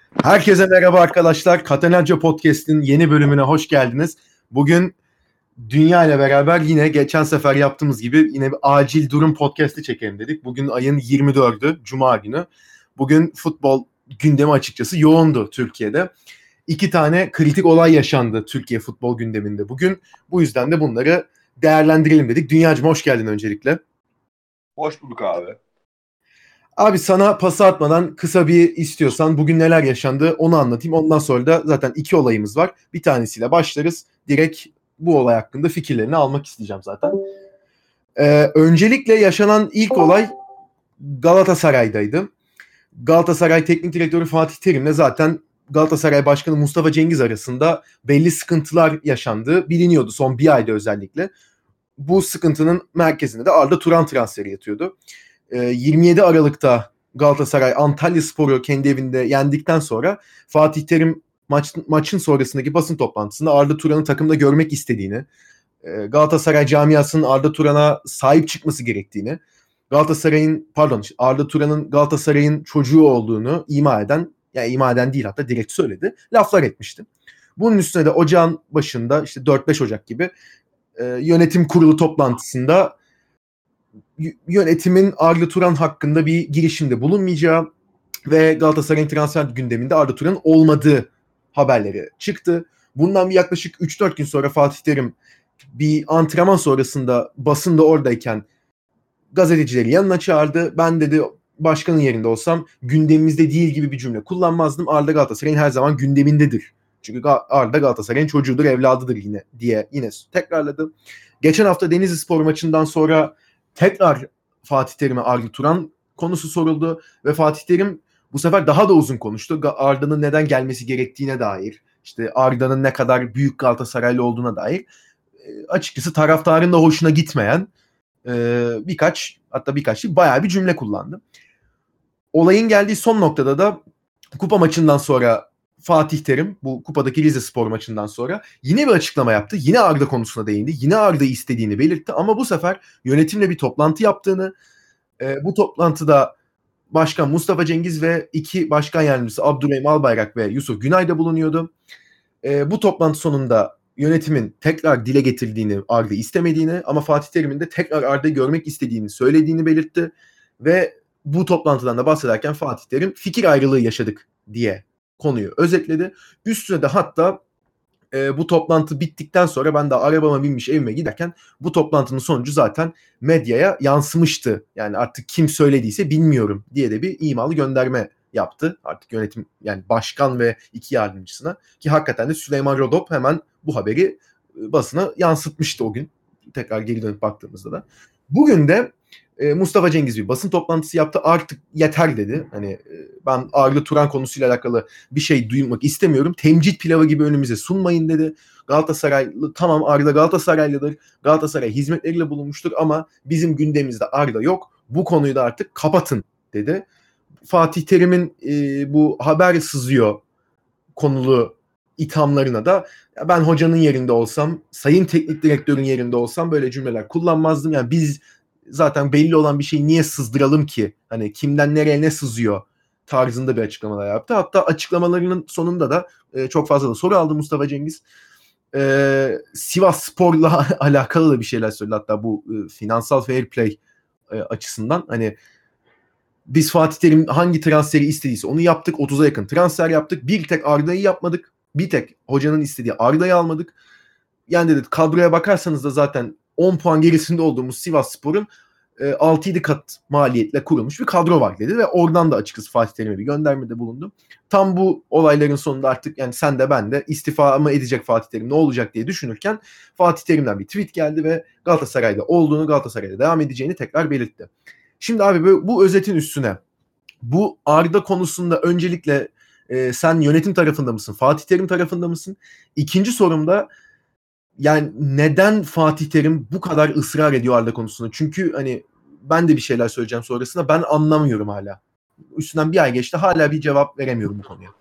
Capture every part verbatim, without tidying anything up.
Herkese merhaba arkadaşlar. Catenaccio Podcast'in yeni bölümüne hoş geldiniz. Bugün Dünya ile beraber yine geçen sefer yaptığımız gibi yine bir acil durum podcast'i çekelim dedik. Bugün ayın yirmi dördü, Cuma günü. Bugün futbol gündemi açıkçası yoğundu Türkiye'de. İki tane kritik olay yaşandı Türkiye futbol gündeminde bugün. Bu yüzden de bunları değerlendirelim dedik. Dünyacığım hoş geldin öncelikle. Hoş bulduk abi. Abi sana pası atmadan kısa bir istiyorsan bugün neler yaşandı onu anlatayım. Ondan sonra da zaten iki olayımız var. Bir tanesiyle başlarız. Direkt bu olay hakkında fikirlerini almak isteyeceğim zaten. Ee, öncelikle yaşanan ilk olay Galatasaray'daydı. Galatasaray Teknik Direktörü Fatih Terim'le zaten Galatasaray Başkanı Mustafa Cengiz arasında belli sıkıntılar yaşandığı biliniyordu son bir ayda özellikle. Bu sıkıntının merkezinde de Arda Turan transferi yatıyordu. yirmi yedi Aralık'ta Galatasaray Antalyaspor'u kendi evinde yendikten sonra Fatih Terim maç, maçın sonrasındaki basın toplantısında Arda Turan'ı takımda görmek istediğini, Galatasaray camiasının Arda Turan'a sahip çıkması gerektiğini, Galatasaray'ın pardon Arda Turan'ın Galatasaray'ın çocuğu olduğunu ima eden, yani ima eden değil hatta direkt söyledi, laflar etmişti. Bunun üstüne de ocağın başında işte dört beş Ocak gibi yönetim kurulu toplantısında yönetimin Arda Turan hakkında bir girişimde bulunmayacağı ve Galatasaray'ın transfer gündeminde Arda Turan'ın olmadığı haberleri çıktı. Bundan bir yaklaşık üç dört gün sonra Fatih Terim bir antrenman sonrasında basında oradayken gazetecileri yanına çağırdı. Ben dedi başkanın yerinde olsam gündemimizde değil gibi bir cümle kullanmazdım. Arda Galatasaray'ın her zaman gündemindedir. Çünkü Arda Galatasaray'ın çocuğudur, evladıdır yine diye yine tekrarladı. Geçen hafta Denizlispor maçından sonra tekrar Fatih Terim'e Arda Turan konusu soruldu ve Fatih Terim bu sefer daha da uzun konuştu. Arda'nın neden gelmesi gerektiğine dair, işte Arda'nın ne kadar büyük Galatasaraylı olduğuna dair e, açıkçası taraftarın da hoşuna gitmeyen e, birkaç hatta birkaç değil bayağı bir cümle kullandı. Olayın geldiği son noktada da kupa maçından sonra Fatih Terim bu kupadaki Rizespor maçından sonra yine bir açıklama yaptı. Yine Arda konusuna değindi. Yine Arda'yı istediğini belirtti ama bu sefer yönetimle bir toplantı yaptığını, e, bu toplantıda Başkan Mustafa Cengiz ve iki başkan yardımcısı Abdurrahim Albayrak ve Yusuf Günay da bulunuyordu. E, bu toplantı sonunda yönetimin tekrar dile getirdiğini, Arda istemediğini ama Fatih Terim'in de tekrar Arda'yı görmek istediğini söylediğini belirtti ve bu toplantıdan da bahsederken Fatih Terim fikir ayrılığı yaşadık diye konuyu özetledi. Üstüne de hatta e, bu toplantı bittikten sonra ben de arabama binmiş evime giderken bu toplantının sonucu zaten medyaya yansımıştı. Yani artık kim söylediyse bilmiyorum diye de bir imalı gönderme yaptı. Artık yönetim yani başkan ve iki yardımcısına ki hakikaten de Süleyman Rodop hemen bu haberi e, basına yansıtmıştı o gün. Tekrar geri dönüp baktığımızda da. Bugün de Mustafa Cengiz bir basın toplantısı yaptı. Artık yeter dedi. Hani ben Arda Turan konusuyla alakalı bir şey duymak istemiyorum. Temcit pilavı gibi önümüze sunmayın dedi. Galatasaraylı tamam Arda Galatasaraylıdır. Galatasaray hizmetleriyle bulunmuştur ama bizim gündemimizde Arda yok. Bu konuyu da artık kapatın dedi. Fatih Terim'in e, bu haber sızıyor konulu ithamlarına da ben hocanın yerinde olsam, sayın teknik direktörün yerinde olsam böyle cümleler kullanmazdım. Yani biz zaten belli olan bir şeyi niye sızdıralım ki? Hani kimden nereye ne sızıyor tarzında bir açıklamalar yaptı. Hatta açıklamalarının sonunda da e, çok fazla da soru aldı Mustafa Cengiz. E, Sivas Spor'la alakalı da bir şeyler söyledi. Hatta bu e, finansal fair play e, açısından hani biz Fatih Terim hangi transferi istediyse onu yaptık. otuza yakın transfer yaptık. Bir tek Arda'yı yapmadık. Bir tek hocanın istediği Arda'yı almadık. Yani dedi kadroya bakarsanız da zaten on puan gerisinde olduğumuz Sivasspor'un e, altı yedi kat maliyetle kurulmuş bir kadro var dedi ve oradan da açıkçası Fatih Terim'e bir göndermede bulundu. Tam bu olayların sonunda artık yani sen de ben de istifa mı edecek Fatih Terim ne olacak diye düşünürken Fatih Terim'den bir tweet geldi ve Galatasaray'da olduğunu, Galatasaray'da devam edeceğini tekrar belirtti. Şimdi abi bu, bu özetin üstüne bu Arda konusunda öncelikle e, sen yönetim tarafında mısın? Fatih Terim tarafında mısın? İkinci sorumda yani neden Fatih Terim bu kadar ısrar ediyor Arda konusunda? Çünkü hani ben de bir şeyler söyleyeceğim sonrasında ben anlamıyorum hala. Üstünden bir ay geçti hala bir cevap veremiyorum bu konuya.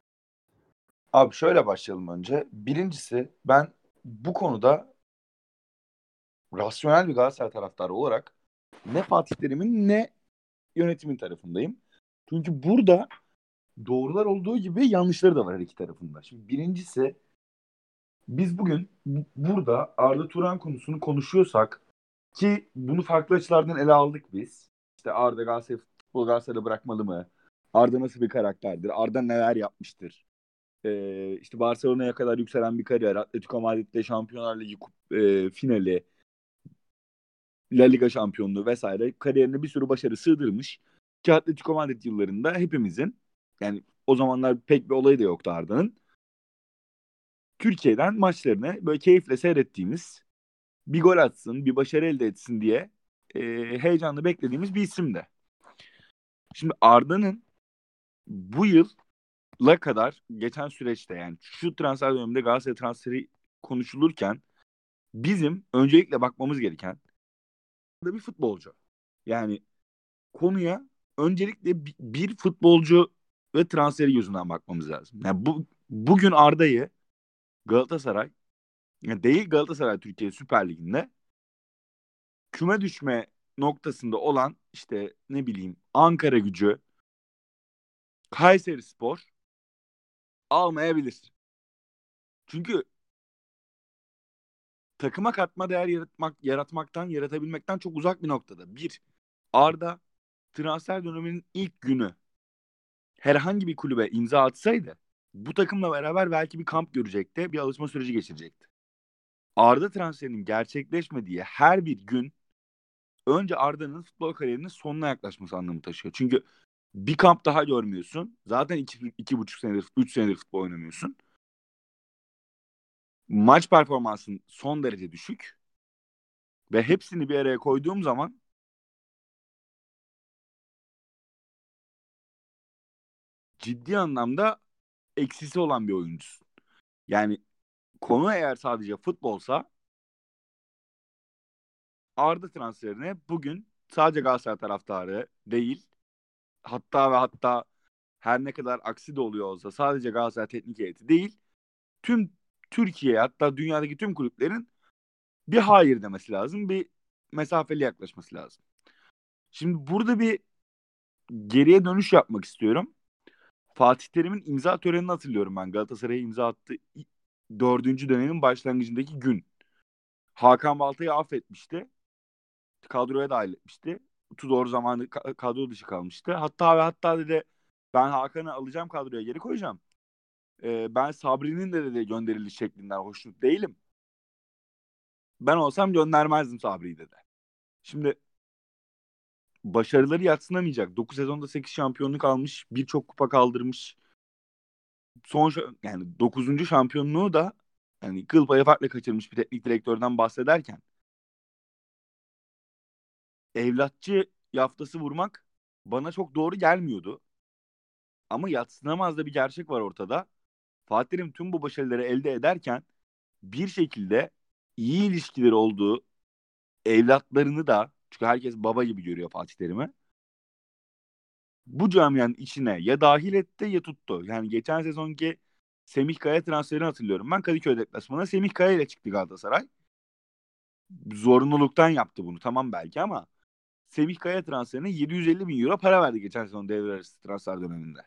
Abi şöyle başlayalım önce. Birincisi ben bu konuda rasyonel bir Galatasaray taraftarı olarak ne Fatih Terim'in ne yönetimin tarafındayım. Çünkü burada doğrular olduğu gibi yanlışları da var her iki tarafında. Şimdi birincisi, biz bugün bu- burada Arda Turan konusunu konuşuyorsak, ki bunu farklı açılardan ele aldık biz. İşte Arda Galatasaray futbol Galatasaray'da bırakmalı mı? Arda nasıl bir karakterdir? Arda neler yapmıştır? Ee, işte Barcelona'ya kadar yükselen bir kariyer. Atletico Madrid'de Şampiyonlar Ligi kup- e, finali, La Liga şampiyonluğu vesaire kariyerine bir sürü başarı sığdırmış. Ki Atletico Madrid yıllarında hepimizin, yani o zamanlar pek bir olayı da yoktu Arda'nın, Türkiye'den maçlarını böyle keyifle seyrettiğimiz, bir gol atsın, bir başarı elde etsin diye e, heyecanla beklediğimiz bir isim de. Şimdi Arda'nın bu yıla kadar geçen süreçte, yani şu transfer döneminde Galatasaray transferi konuşulurken bizim öncelikle bakmamız gereken da bir futbolcu. Yani konuya öncelikle bi- bir futbolcu ve transferi gözünden bakmamız lazım. Yani bu bugün Arda'yı Galatasaray, yani değil Galatasaray Türkiye Süper Ligi'nde küme düşme noktasında olan, işte ne bileyim, Ankara Gücü, Kayserispor almayabilir. Çünkü takıma katma değer yaratmak, yaratmaktan, yaratabilmekten çok uzak bir noktada. Bir, Arda transfer döneminin ilk günü herhangi bir kulübe imza atsaydı bu takımla beraber belki bir kamp görecekti, bir alışma süreci geçirecekti. Arda transferinin gerçekleşmediği her bir gün önce Arda'nın futbol kariyerinin sonuna yaklaşması anlamı taşıyor. Çünkü bir kamp daha görmüyorsun. Zaten iki, iki buçuk senedir, üç senedir futbol oynamıyorsun. Maç performansın son derece düşük. Ve hepsini bir araya koyduğum zaman ciddi anlamda eksisi olan bir oyuncusun. Yani konu eğer sadece futbolsa, Arda transferine bugün sadece Galatasaray taraftarı değil, hatta ve hatta her ne kadar aksi de oluyor olsa sadece Galatasaray teknik heyeti değil, tüm Türkiye, hatta dünyadaki tüm kulüplerin bir hayır demesi lazım, bir mesafeli yaklaşması lazım. Şimdi burada bir geriye dönüş yapmak istiyorum. Fatih Terim'in imza törenini hatırlıyorum ben. Galatasaray'a imza attığı dördüncü dönemin başlangıcındaki gün. Hakan Balta'yı affetmişti. Kadroya dahil etmişti. Tudor zamanı kadro dışı kalmıştı. Hatta ve hatta dedi, ben Hakan'ı alacağım, kadroya geri koyacağım. Ee, ben Sabri'nin de dedi gönderiliş şeklinden hoşnut değilim. Ben olsam göndermezdim Sabri'yi dedi. Şimdi başarıları yadsınamayacak. dokuz sezonda sekiz şampiyonluk almış, birçok kupa kaldırmış. Son yani dokuzuncu şampiyonluğu da yani kıl payı farklı kaçırmış bir teknik direktörden bahsederken evlatçı yaftası vurmak bana çok doğru gelmiyordu. Ama yadsınamaz da bir gerçek var ortada. Fatih Terim tüm bu başarıları elde ederken bir şekilde iyi ilişkileri olduğu evlatlarını da, çünkü herkes baba gibi görüyor Fatih Terim'i, bu camianın içine ya dahil etti ya tuttu. Yani geçen sezonki Semih Kaya transferini hatırlıyorum. Ben Kadıköy deplasmanına Semih Kaya ile çıktı Galatasaray. Zorunluluktan yaptı bunu, tamam belki, ama Semih Kaya transferine yedi yüz elli bin euro para verdi geçen sezon devre arası transfer döneminde.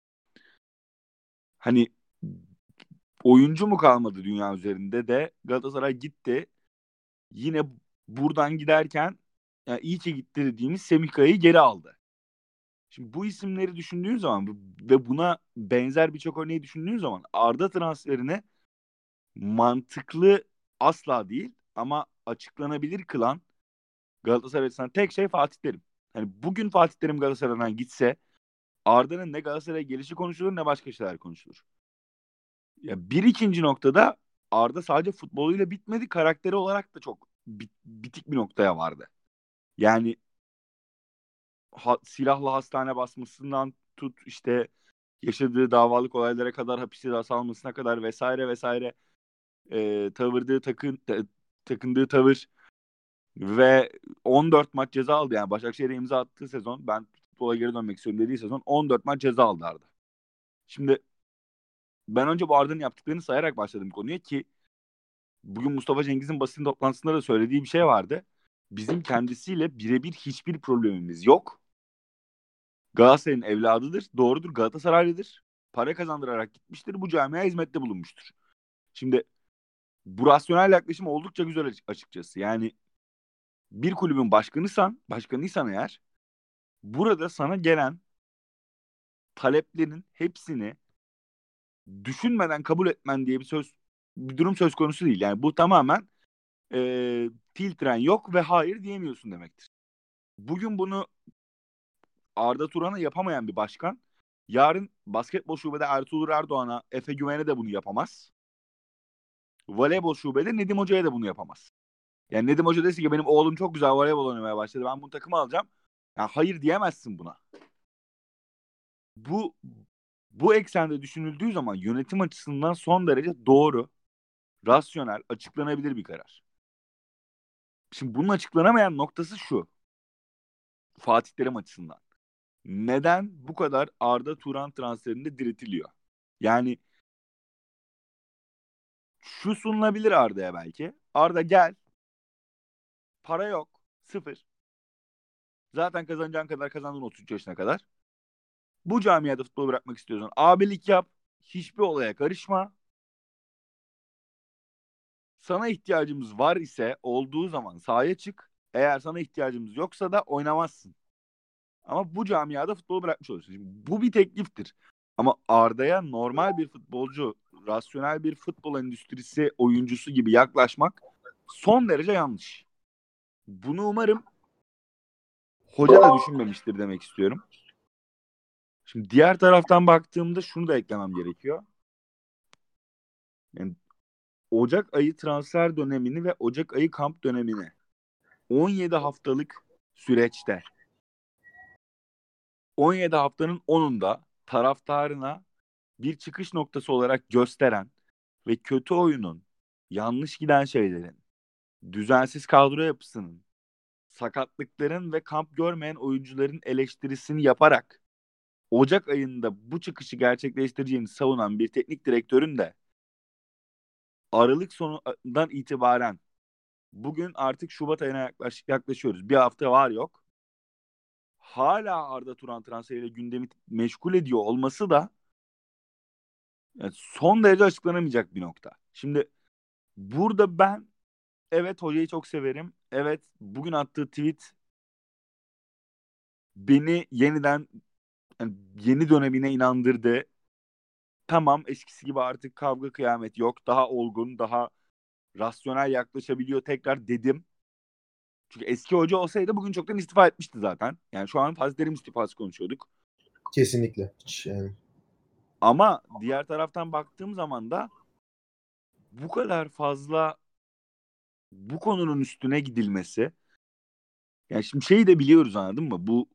Hani oyuncu mu kalmadı dünya üzerinde de Galatasaray gitti. Yine buradan giderken yani iyi ki gitti dediğimiz Semih Kaya'yı geri aldı. Şimdi bu isimleri düşündüğün zaman ve buna benzer birçok örneği düşündüğün zaman Arda transferini mantıklı asla değil ama açıklanabilir kılan Galatasaray açısından tek şey Fatih Terim. Hani bugün Fatih Terim Galatasaray'dan gitse Arda'nın ne Galatasaray'a gelişi konuşulur ne başka şeyler konuşulur. Ya bir ikinci noktada Arda sadece futboluyla bitmedi, karakteri olarak da çok bit- bitik bir noktaya vardı. Yani ha, silahla hastane basmasından tut, işte yaşadığı davalık olaylara kadar, hapis cezası almasına kadar vesaire vesaire, e, tavırdığı takın ta- takındığı tavır ve on dört maç ceza aldı. Yani Başakşehir'e imza attığı sezon, ben futbola geri dönmek istiyorum dediği sezon on dört maç ceza aldı Arda. Şimdi ben önce bu Arda'nın yaptıklarını sayarak başladım konuya, ki bugün Mustafa Cengiz'in basın toplantısında da söylediği bir şey vardı. Bizim kendisiyle birebir hiçbir problemimiz yok. Galatasaray'ın evladıdır. Doğrudur. Galatasaraylıdır. Para kazandırarak gitmiştir. Bu camiaya hizmette bulunmuştur. Şimdi bu rasyonel yaklaşım oldukça güzel açıkçası. Yani bir kulübün başkanıysan, başkanıysan eğer burada sana gelen taleplerin hepsini düşünmeden kabul etmen diye bir söz bir durum söz konusu değil. Yani bu tamamen e, filtren yok ve hayır diyemiyorsun demektir. Bugün bunu Arda Turan'a yapamayan bir başkan yarın basketbol şubede Ertuğrul Erdoğan'a, Efe Güven'e de bunu yapamaz. Voleybol şubede Nedim Hoca'ya da bunu yapamaz. Yani Nedim Hoca dese ki benim oğlum çok güzel voleybol oynamaya başladı, ben bunu takıma alacağım. Yani hayır diyemezsin buna. Bu bu eksende düşünüldüğü zaman yönetim açısından son derece doğru, rasyonel, açıklanabilir bir karar. Şimdi bunun açıklanamayan noktası şu. Fatih Terim açısından. Neden bu kadar Arda Turan transferinde diretiliyor? Yani şu sunulabilir Arda'ya belki. Arda gel. Para yok. Sıfır. Zaten kazanacağın kadar kazandın otuz üç yaşına kadar. Bu camiada futbol bırakmak istiyorsan abilik yap. Hiçbir olaya karışma. Sana ihtiyacımız var ise olduğu zaman sahaya çık. Eğer sana ihtiyacımız yoksa da oynamazsın. Ama bu camiada futbolu bırakmış olursun. Şimdi bu bir tekliftir. Ama Arda'ya normal bir futbolcu, rasyonel bir futbol endüstrisi oyuncusu gibi yaklaşmak son derece yanlış. Bunu umarım hoca da düşünmemiştir demek istiyorum. Şimdi diğer taraftan baktığımda şunu da eklemem gerekiyor. Yani Ocak ayı transfer dönemini ve Ocak ayı kamp dönemini on yedi haftalık süreçte on yedi haftanın onunda taraftarına bir çıkış noktası olarak gösteren ve kötü oyunun, yanlış giden şeylerin, düzensiz kadro yapısının, sakatlıkların ve kamp görmeyen oyuncuların eleştirisini yaparak Ocak ayında bu çıkışı gerçekleştireceğini savunan bir teknik direktörün de Aralık sonundan itibaren bugün artık Şubat ayına yaklaş, yaklaşıyoruz. Bir hafta var yok. Hala Arda Turan transferiyle gündemi meşgul ediyor olması da yani son derece açıklanamayacak bir nokta. Şimdi burada ben evet hocayı çok severim. Evet bugün attığı tweet beni yeniden yani yeni dönemine inandırdı. Tamam eskisi gibi artık kavga kıyamet yok. Daha olgun, daha rasyonel yaklaşabiliyor tekrar dedim. Çünkü eski hoca olsaydı bugün çoktan istifa etmişti zaten. Yani şu an Fatih Terim istifası konuşuyorduk. Kesinlikle. Hiç yani. Ama diğer taraftan baktığım zaman da bu kadar fazla bu konunun üstüne gidilmesi, yani şimdi şeyi de biliyoruz, anladın mı? Bu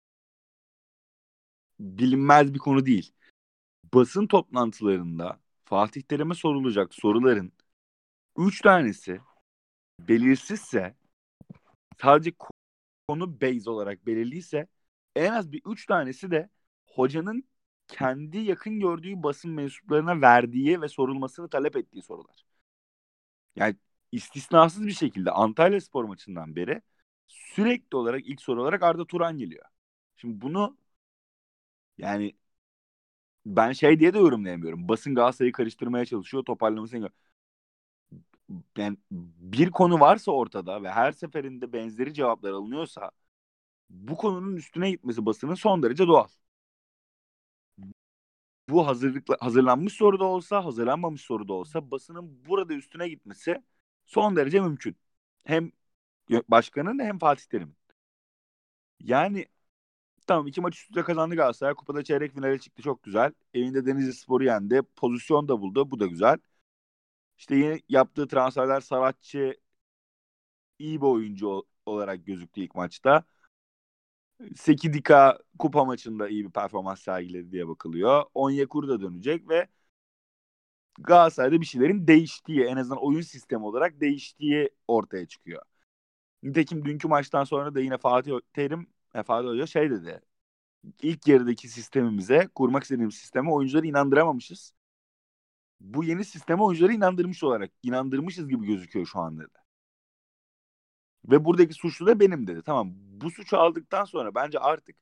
bilinmez bir konu değil. Basın toplantılarında Fatih Terim'e sorulacak soruların üç tanesi belirsizse, sadece konu base olarak belirliyse, en az bir üç tanesi de hocanın kendi yakın gördüğü basın mensuplarına verdiği ve sorulmasını talep ettiği sorular. Yani istisnasız bir şekilde Antalyaspor maçından beri sürekli olarak ilk soru olarak Arda Turan geliyor. Şimdi bunu yani ben şey diye de yorumlayamıyorum. Basın Galatasaray'ı karıştırmaya çalışıyor, toparlamasını. Yani bir konu varsa ortada ve her seferinde benzeri cevaplar alınıyorsa bu konunun üstüne gitmesi basının son derece doğal. Bu hazırlıkla, hazırlanmış soru da olsa, hazırlanmamış soru da olsa basının burada üstüne gitmesi son derece mümkün. Hem başkanın hem Fatih Terim'in. Yani tamam, iki maç üst üste kazandı Galatasaray. Kupada çeyrek finale çıktı, çok güzel. Evinde Denizlispor'u yendi. Pozisyon da buldu. Bu da güzel. İşte yeni yaptığı transferler, Saratçı iyi bir oyuncu olarak gözüktü ilk maçta. Sekidika kupa maçında iyi bir performans sergiledi diye bakılıyor. Onyekuru da dönecek ve Galatasaray'da bir şeylerin değiştiği, en azından oyun sistemi olarak değiştiği ortaya çıkıyor. Nitekim dünkü maçtan sonra da yine Fatih Terim, Fatih Hoca şey dedi. İlk yarıdaki sistemimize, kurmak istediğimiz sisteme oyuncuları inandıramamışız. Bu yeni sisteme oyuncuları inandırmış olarak, inandırmışız gibi gözüküyor şu an dedi. Ve buradaki suçlu da benim dedi. Tamam, bu suçu aldıktan sonra bence artık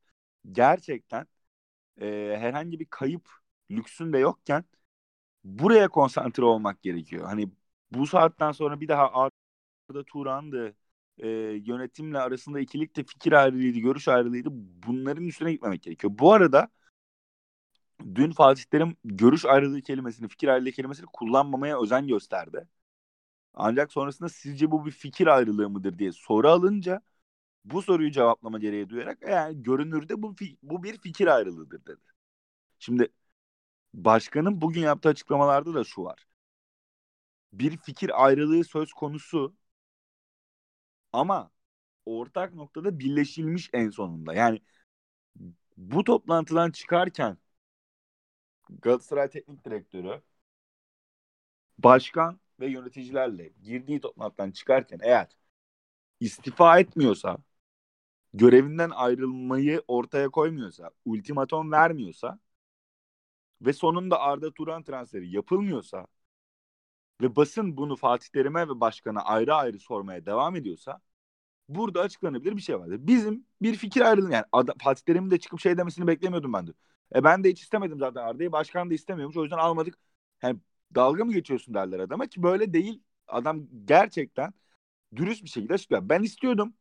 gerçekten e, herhangi bir kayıp lüksün de yokken buraya konsantre olmak gerekiyor. Hani bu saatten sonra bir daha Arda Turan'dı, e, yönetimle arasında ikilik de fikir ayrılığıydı, görüş ayrılığıydı. Bunların üstüne gitmemek gerekiyor. Bu arada dün Fatih Terim görüş ayrılığı kelimesini, fikir ayrılığı kelimesini kullanmamaya özen gösterdi. Ancak sonrasında sizce bu bir fikir ayrılığı mıdır diye soru alınca bu soruyu cevaplama gereği duyarak yani görünürde bu bu bir fikir ayrılığıdır dedi. Şimdi başkanın bugün yaptığı açıklamalarda da şu var. Bir fikir ayrılığı söz konusu ama ortak noktada birleşilmiş en sonunda. Yani bu toplantıdan çıkarken Galatasaray Teknik Direktörü başkan ve yöneticilerle girdiği toplantıdan çıkarken eğer istifa etmiyorsa, görevinden ayrılmayı ortaya koymuyorsa, ultimatom vermiyorsa ve sonunda Arda Turan transferi yapılmıyorsa ve basın bunu Fatih Terim'e ve başkana ayrı ayrı sormaya devam ediyorsa burada açıklanabilir bir şey vardır. Bizim bir fikir ayrılığı yani Ad- Fatih Terim'in de çıkıp şey demesini beklemiyordum ben de. E ben de hiç istemedim zaten Arda'yı. Başkan da istemiyormuş. O yüzden almadık. Yani dalga mı geçiyorsun derler adama ki böyle değil. Adam gerçekten dürüst bir şekilde açıklıyor. Ben istiyordum.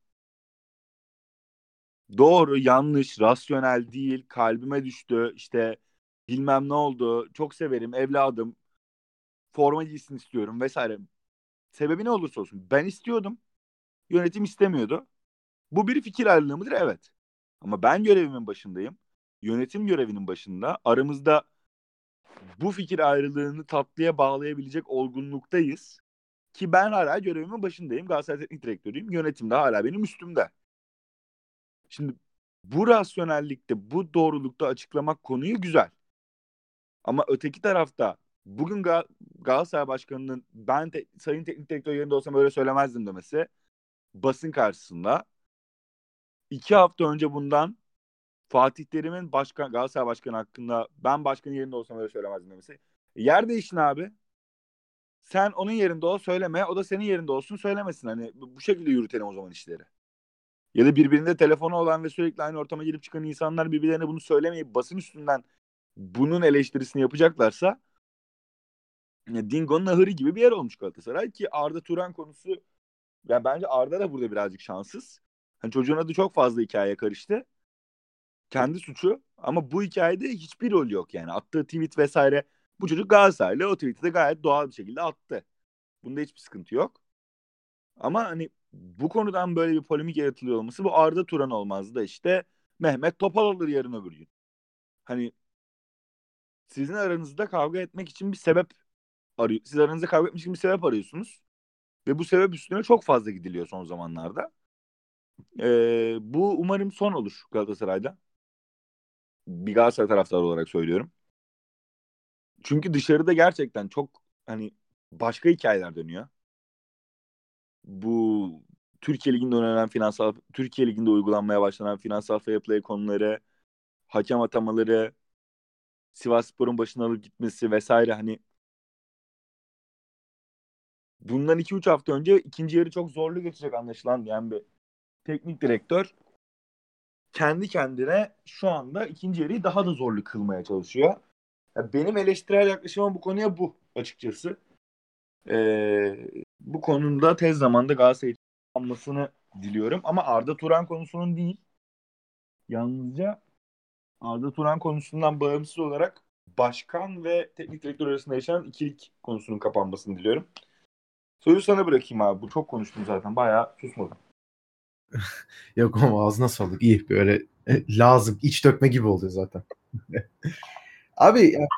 Doğru, yanlış, rasyonel değil, kalbime düştü, işte bilmem ne oldu, çok severim, evladım, forma giysin istiyorum vesaire. Sebebi ne olursa olsun ben istiyordum, yönetim istemiyordu. Bu bir fikir ayrılığı mıdır? Evet. Ama ben görevimin başındayım, yönetim görevinin başında, aramızda bu fikir ayrılığını tatlıya bağlayabilecek olgunluktayız. Ki ben hala görevimin başındayım, Galatasaray Teknik Direktörüyüm, yönetim de hala benim üstümde. Şimdi bu rasyonellikte, bu doğrulukta açıklamak konuyu güzel. Ama öteki tarafta bugün Gal- Galatasaray Başkanı'nın ben te- Sayın Teknik Direktör yerinde olsam öyle söylemezdim demesi basın karşısında. iki hafta önce bundan Fatih Terim'in başkan, Galatasaray Başkanı hakkında ben başkanın yerinde olsam öyle söylemezdim demesi. E, yer değiştin abi. Sen onun yerinde ol söyleme. O da senin yerinde olsun söylemesin. Hani bu bu şekilde yürütelim o zaman işleri. Ya da birbirinde telefonu olan ve sürekli aynı ortama girip çıkan insanlar birbirlerine bunu söylemeyip basın üstünden bunun eleştirisini yapacaklarsa ya Dingo'nun ahırı gibi bir yer olmuş Galatasaray ki Arda Turan konusu yani bence Arda da burada birazcık şanssız. Hani çocuğun adı çok fazla hikayeye karıştı. Kendi suçu ama bu hikayede hiçbir rol yok yani. Attığı tweet vesaire bu çocuk Galatasaraylı o tweet'i de gayet doğal bir şekilde attı. Bunda hiçbir sıkıntı yok. Ama hani bu konudan böyle bir polemik yaratılıyor olması bu Arda Turan olmazdı da işte Mehmet Topal olur yarın öbür gün. Hani sizin aranızda kavga etmek için bir sebep arıyor. Siz aranızda kavga etmek için bir sebep arıyorsunuz. Ve bu sebep üstüne çok fazla gidiliyor son zamanlarda. Ee, bu umarım son olur Galatasaray'da. Bir Galatasaray taraftarı olarak söylüyorum. Çünkü dışarıda gerçekten çok hani başka hikayeler dönüyor. Bu Türkiye Ligi'nde oynanan finansal, Türkiye Ligi'nde uygulanmaya başlanan finansal fair play konuları, hakem atamaları, Sivasspor'un başına alıp gitmesi vesaire hani bundan iki üç hafta önce ikinci yarı çok zorlu geçecek anlaşılan yani bir teknik direktör kendi kendine şu anda ikinci yarıyı daha da zorlu kılmaya çalışıyor. Ya benim eleştirel yaklaşımım bu konuya bu açıkçası. Ee, bu konuda tez zamanda Galatasaray'ın almasını diliyorum. Ama Arda Turan konusunun değil. Yalnızca Arda Turan konusundan bağımsız olarak başkan ve teknik direktör arasında yaşanan ikilik konusunun kapanmasını diliyorum. Sözü sana bırakayım abi. Bu çok konuştum zaten. Bayağı susmadım. Yok ama ağzına sağlık. İyi böyle e, lazım. İç dökme gibi oluyor zaten. Abi ya,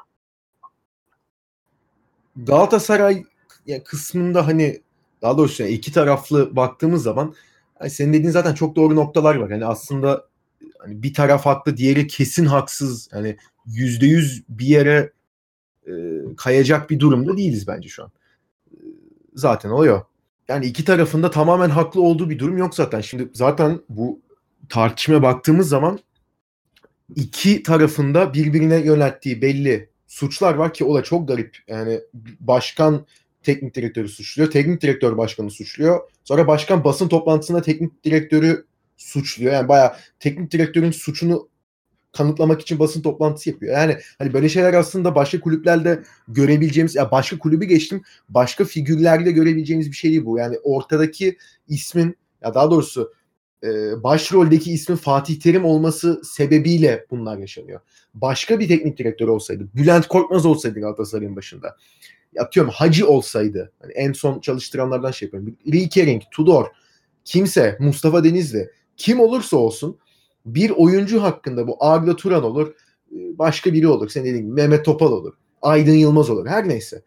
Galatasaray ya, kısmında hani daha doğrusu yani iki taraflı baktığımız zaman hani senin dediğin zaten çok doğru noktalar var. Hani aslında hani bir taraf haklı, diğeri kesin haksız. Hani yüzde yüz bir yere e, kayacak bir durumda değiliz bence şu an. E, zaten o yok. Yani iki tarafında tamamen haklı olduğu bir durum yok zaten. Şimdi zaten bu tartışmaya baktığımız zaman iki tarafında birbirine yönelttiği belli suçlar var ki o da çok garip. Yani başkan teknik direktörü suçluyor, teknik direktör başkanı suçluyor. Sonra başkan basın toplantısında teknik direktörü suçluyor. Yani bayağı teknik direktörün suçunu kanıtlamak için basın toplantısı yapıyor. Yani hani böyle şeyler aslında başka kulüplerde görebileceğimiz, ya başka kulübü geçtim, başka figürlerde görebileceğimiz bir şey değil bu. Yani ortadaki ismin, ya daha doğrusu e, başroldeki ismin Fatih Terim olması sebebiyle bunlar yaşanıyor. Başka bir teknik direktör olsaydı, Bülent Korkmaz olsaydı Galatasaray'ın başında, atıyorum Hacı olsaydı, hani en son çalıştıranlardan şey yapıyorum, Riekering, Tudor, kimse, Mustafa Denizli, kim olursa olsun bir oyuncu hakkında, bu Arda Turan olur, başka biri olur, senin dediğin gibi Mehmet Topal olur, Aydın Yılmaz olur, her neyse.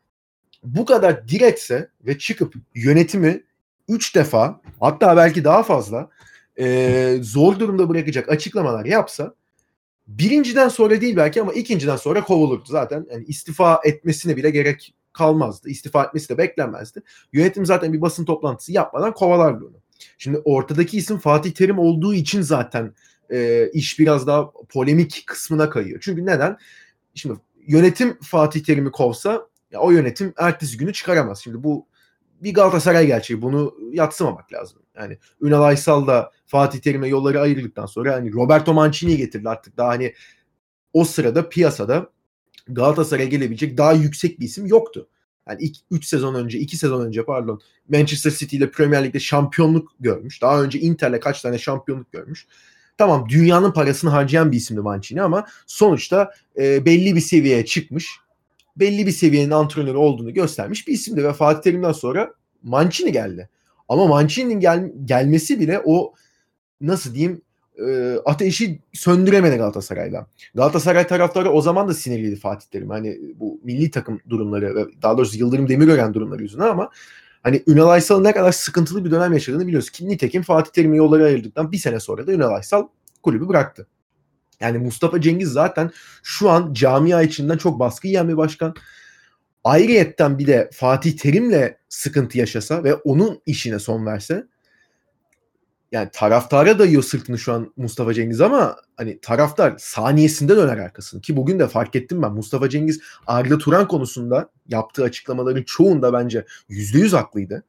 Bu kadar direktse ve çıkıp yönetimi üç defa, hatta belki daha fazla e, zor durumda bırakacak açıklamalar yapsa, birinciden sonra değil belki ama ikinciden sonra kovulurdu. Zaten yani istifa etmesine bile gerek kalmazdı. İstifa etmesi de beklenmezdi. Yönetim zaten bir basın toplantısı yapmadan kovalardı onu. Şimdi ortadaki isim Fatih Terim olduğu için zaten e, iş biraz daha polemik kısmına kayıyor. Çünkü neden? Şimdi yönetim Fatih Terim'i kovsa, ya o yönetim ertesi günü çıkaramaz. Şimdi bu bir Galatasaray gerçeği. Bunu yadsımamak lazım. Yani Ünal Aysal da Fatih Terim'e yolları ayırdıktan sonra hani Roberto Mancini'yi getirdi artık. Daha hani o sırada piyasada Galatasaray'a gelebilecek daha yüksek bir isim yoktu. Yani üç sezon önce, iki sezon önce pardon, Manchester City ile Premier Lig'de şampiyonluk görmüş. Daha önce Inter'le kaç tane şampiyonluk görmüş. Tamam, dünyanın parasını harcayan bir isimdi Mancini ama sonuçta e, belli bir seviyeye çıkmış, belli bir seviyenin antrenörü olduğunu göstermiş bir isimdi ve Fatih Terim'den sonra Mancini geldi. Ama Mancini'nin gel- gelmesi bile o, nasıl diyeyim, e, ateşi söndüremedi Galatasaray'da. Galatasaray taraftarı o zaman da sinirliydi Fatih Terim. Hani bu milli takım durumları ve daha doğrusu Yıldırım Demirören durumları yüzünden, ama hani Ünal Aysal'ın ne kadar sıkıntılı bir dönem yaşadığını biliyoruz. Ki nitekim Fatih Terim'in yolları ayırdıktan bir sene sonra da Ünal Aysal kulübü bıraktı. Yani Mustafa Cengiz zaten şu an camia içinden çok baskı yiyen bir başkan. Ayrıyetten bir de Fatih Terim'le sıkıntı yaşasa ve onun işine son verse, yani taraftara dayıyor sırtını şu an Mustafa Cengiz, ama hani taraftar saniyesinde döner arkasını. Ki bugün de fark ettim ben, Mustafa Cengiz Arda Turan konusunda yaptığı açıklamaların çoğunda bence yüzde yüz haklıydı.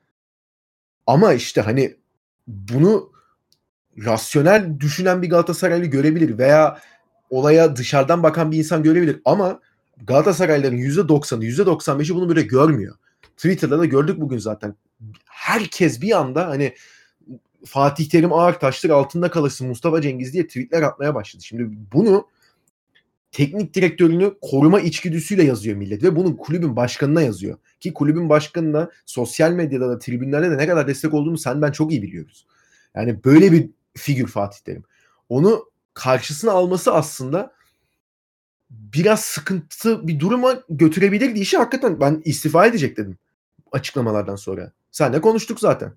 Ama işte hani bunu rasyonel düşünen bir Galatasaraylı görebilir veya olaya dışarıdan bakan bir insan görebilir, ama Galatasaraylıların yüzde doksanı, yüzde doksan beşi bunu böyle görmüyor. Twitter'da da gördük bugün zaten. Herkes bir anda hani Fatih Terim ağır taştır altında kalırsın Mustafa Cengiz diye tweetler atmaya başladı. Şimdi bunu teknik direktörünü koruma içgüdüsüyle yazıyor millet ve bunu kulübün başkanına yazıyor. Ki kulübün başkanına sosyal medyada da tribünlerde de ne kadar destek olduğunu sen ben çok iyi biliyoruz. Yani böyle bir figür Fatih Terim. Onu karşısına alması aslında biraz sıkıntı bir duruma götürebilirdi işi. Hakikaten ben istifa edecek dedim açıklamalardan sonra. Seninle konuştuk zaten.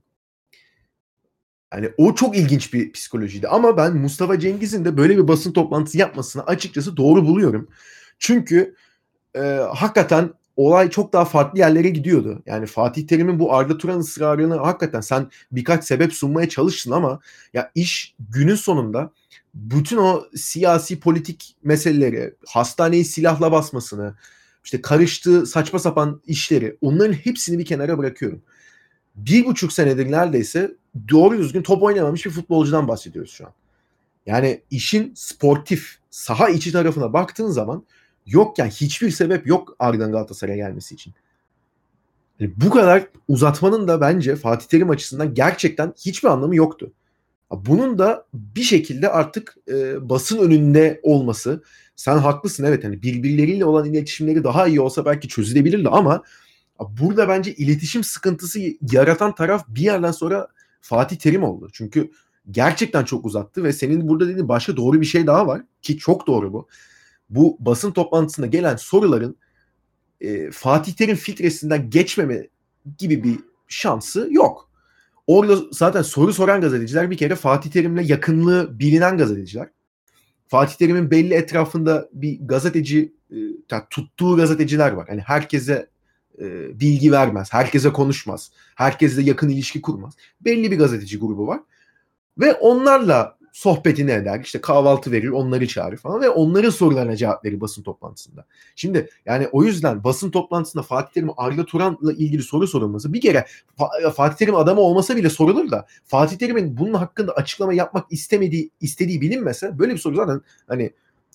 Yani o çok ilginç bir psikolojiydi. Ama ben Mustafa Cengiz'in de böyle bir basın toplantısı yapmasını açıkçası doğru buluyorum. Çünkü e, hakikaten olay çok daha farklı yerlere gidiyordu. Yani Fatih Terim'in bu Arda Turan ısrarını hakikaten sen birkaç sebep sunmaya çalıştın, ama ya iş günün sonunda bütün o siyasi politik meseleleri, hastaneyi silahla basmasını, işte karıştığı saçma sapan işleri, onların hepsini bir kenara bırakıyorum. Bir buçuk senedir neredeyse doğru düzgün top oynamamış bir futbolcudan bahsediyoruz şu an. Yani işin sportif, saha içi tarafına baktığın zaman yok, yani hiçbir sebep yok Arda'nın Galatasaray'a gelmesi için. Yani bu kadar uzatmanın da bence Fatih Terim açısından gerçekten hiçbir anlamı yoktu. Bunun da bir şekilde artık e, basın önünde olması, sen haklısın evet, hani birbirleriyle olan iletişimleri daha iyi olsa belki çözülebilirdi, ama burada bence iletişim sıkıntısı yaratan taraf bir yerden sonra Fatih Terim oldu. Çünkü gerçekten çok uzattı ve senin burada dediğin başka doğru bir şey daha var ki çok doğru bu. Bu basın toplantısında gelen soruların e, Fatih Terim filtresinden geçmeme gibi bir şansı yok. Orada zaten soru soran gazeteciler bir kere Fatih Terim'le yakınlığı bilinen gazeteciler. Fatih Terim'in belli etrafında bir gazeteci, e, tuttuğu gazeteciler var. Yani herkese e, bilgi vermez, herkese konuşmaz, herkesle yakın ilişki kurmaz. Belli bir gazeteci grubu var ve onlarla sohbetini eder, işte kahvaltı verir, onları çağırır falan ve onların sorularına cevap verir basın toplantısında. Şimdi yani o yüzden basın toplantısında Fatih Terim'e Arda Turan'la ilgili soru sorulması bir kere Fatih Terim adamı olmasa bile sorulur da Fatih Terim'in bunun hakkında açıklama yapmak istemediği istediği bilinmese böyle bir soru zaten hani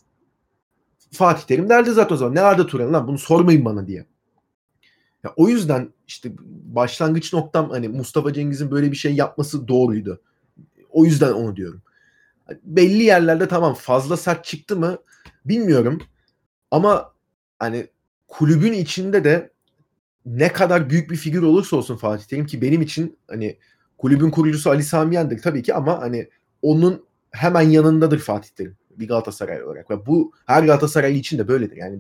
Fatih Terim derdi zaten o zaman. Ne Arda Turan lan bunu sormayın bana diye. Ya o yüzden işte başlangıç noktam hani Mustafa Cengiz'in böyle bir şey yapması doğruydu. O yüzden onu diyorum. Belli yerlerde tamam fazla sert çıktı mı bilmiyorum. Ama hani kulübün içinde de ne kadar büyük bir figür olursa olsun Fatih Terim ki benim için hani kulübün kurucusu Ali Sami Yen'dir tabii ki ama hani onun hemen yanındadır Fatih Terim bir Galatasaray olarak. Ve bu her Galatasaraylı için de böyledir. Yani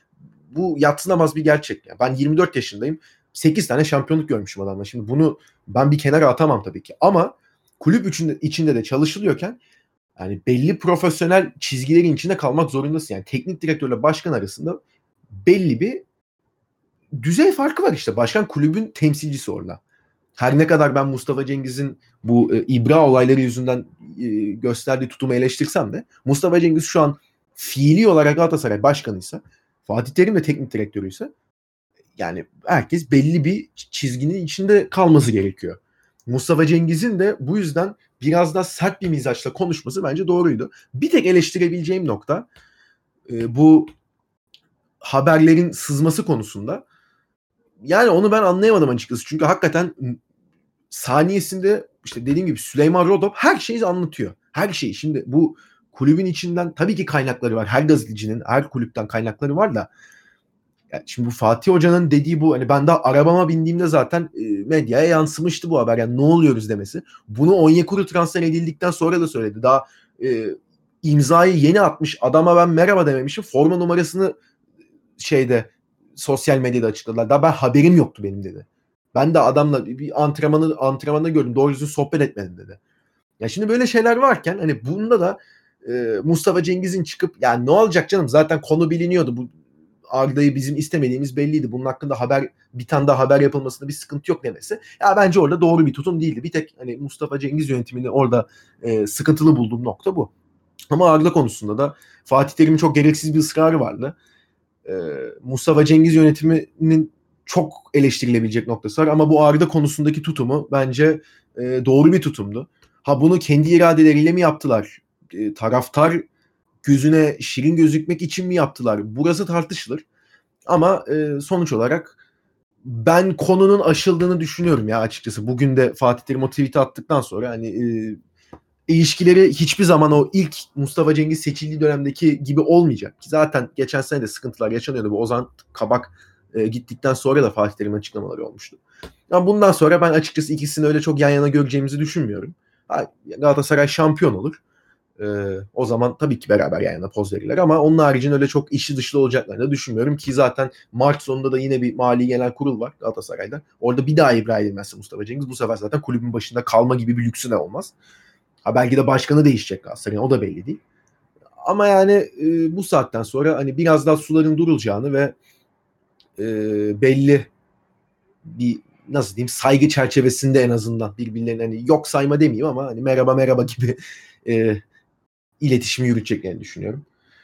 bu yadsınamaz bir gerçek. Yani ben yirmi dört yaşındayım. sekiz tane şampiyonluk görmüşüm adamla. Şimdi bunu ben bir kenara atamam tabii ki. Ama kulüp içinde, içinde de çalışılıyorken yani belli profesyonel çizgilerin içinde kalmak zorundasın. Yani teknik direktörle başkan arasında belli bir düzey farkı var işte. Başkan kulübün temsilcisi orada. Her ne kadar ben Mustafa Cengiz'in bu e, İbra olayları yüzünden e, gösterdiği tutumu eleştirsem de Mustafa Cengiz şu an fiili olarak Galatasaray başkanıysa Fatih Terim de teknik direktörüyse yani herkes belli bir çizginin içinde kalması gerekiyor. Mustafa Cengiz'in de bu yüzden biraz daha sert bir mizaçla konuşması bence doğruydu. Bir tek eleştirebileceğim nokta e, bu haberlerin sızması konusunda. Yani onu ben anlayamadım açıkçası. Çünkü hakikaten saniyesinde işte dediğim gibi Süleyman Rodop her şeyi anlatıyor. Her şeyi. Şimdi bu kulübün içinden tabii ki kaynakları var. Her gazetecinin, her kulüpten kaynakları var da yani şimdi bu Fatih Hoca'nın dediği bu hani ben daha arabama bindiğimde zaten e, medyaya yansımıştı bu haber. Yani ne oluyoruz demesi. Bunu Onyekuru transfer edildikten sonra da söyledi. Daha e, imzayı yeni atmış. Adama ben merhaba dememişim. Forma numarasını şeyde sosyal medyada açıkladılar. Daha ben haberim yoktu benim dedi. Ben de adamla bir antrenmanı antrenmanda gördüm. Doğru düzgün sohbet etmedim dedi. Ya şimdi böyle şeyler varken hani bunda da e, Mustafa Cengiz'in çıkıp yani ne olacak canım zaten konu biliniyordu. Bu Arda'yı bizim istemediğimiz belliydi. Bunun hakkında haber bir tane daha haber yapılmasında bir sıkıntı yok demesi. Ya bence orada doğru bir tutum değildi. Bir tek hani Mustafa Cengiz yönetimini orada e, sıkıntılı bulduğum nokta bu. Ama Arda konusunda da Fatih Terim'in çok gereksiz bir ısrarı vardı. E, Mustafa Cengiz yönetiminin çok eleştirilebilecek noktası var ama bu Arda konusundaki tutumu bence e, doğru bir tutumdu. Ha bunu kendi iradeleriyle mi yaptılar? E, taraftar gözüne şirin gözükmek için mi yaptılar? Burası tartışılır. Ama e, sonuç olarak ben konunun aşıldığını düşünüyorum ya açıkçası. Bugün de Fatih Terim o tweet'i attıktan sonra hani e, ilişkileri hiçbir zaman o ilk Mustafa Cengiz seçildiği dönemdeki gibi olmayacak. Ki zaten geçen sene de sıkıntılar yaşanıyordu. Bu Ozan Kabak e, gittikten sonra da Fatih Terim'in açıklamaları olmuştu. Ama bundan sonra ben açıkçası ikisini öyle çok yan yana göreceğimizi düşünmüyorum. Galatasaray şampiyon olur. Ee, o zaman tabii ki beraber yan yana poz verirler ama onun haricinde öyle çok işi dışlı olacaklarını düşünmüyorum ki zaten Mart sonunda da yine bir mali genel kurul var Galatasaray'da. Orada bir daha ibra edilmezse Mustafa Cengiz bu sefer zaten kulübün başında kalma gibi bir lüksü de olmaz. Ha belki de başkanı değişecek Galatasaray'ın o da belli değil. Ama yani e, bu saatten sonra hani biraz daha suların durulacağını ve e, belli bir nasıl diyeyim saygı çerçevesinde en azından birbirlerine hani yok sayma demeyeyim ama hani merhaba merhaba gibi e, iletişimi yürüteceklerini düşünüyorum.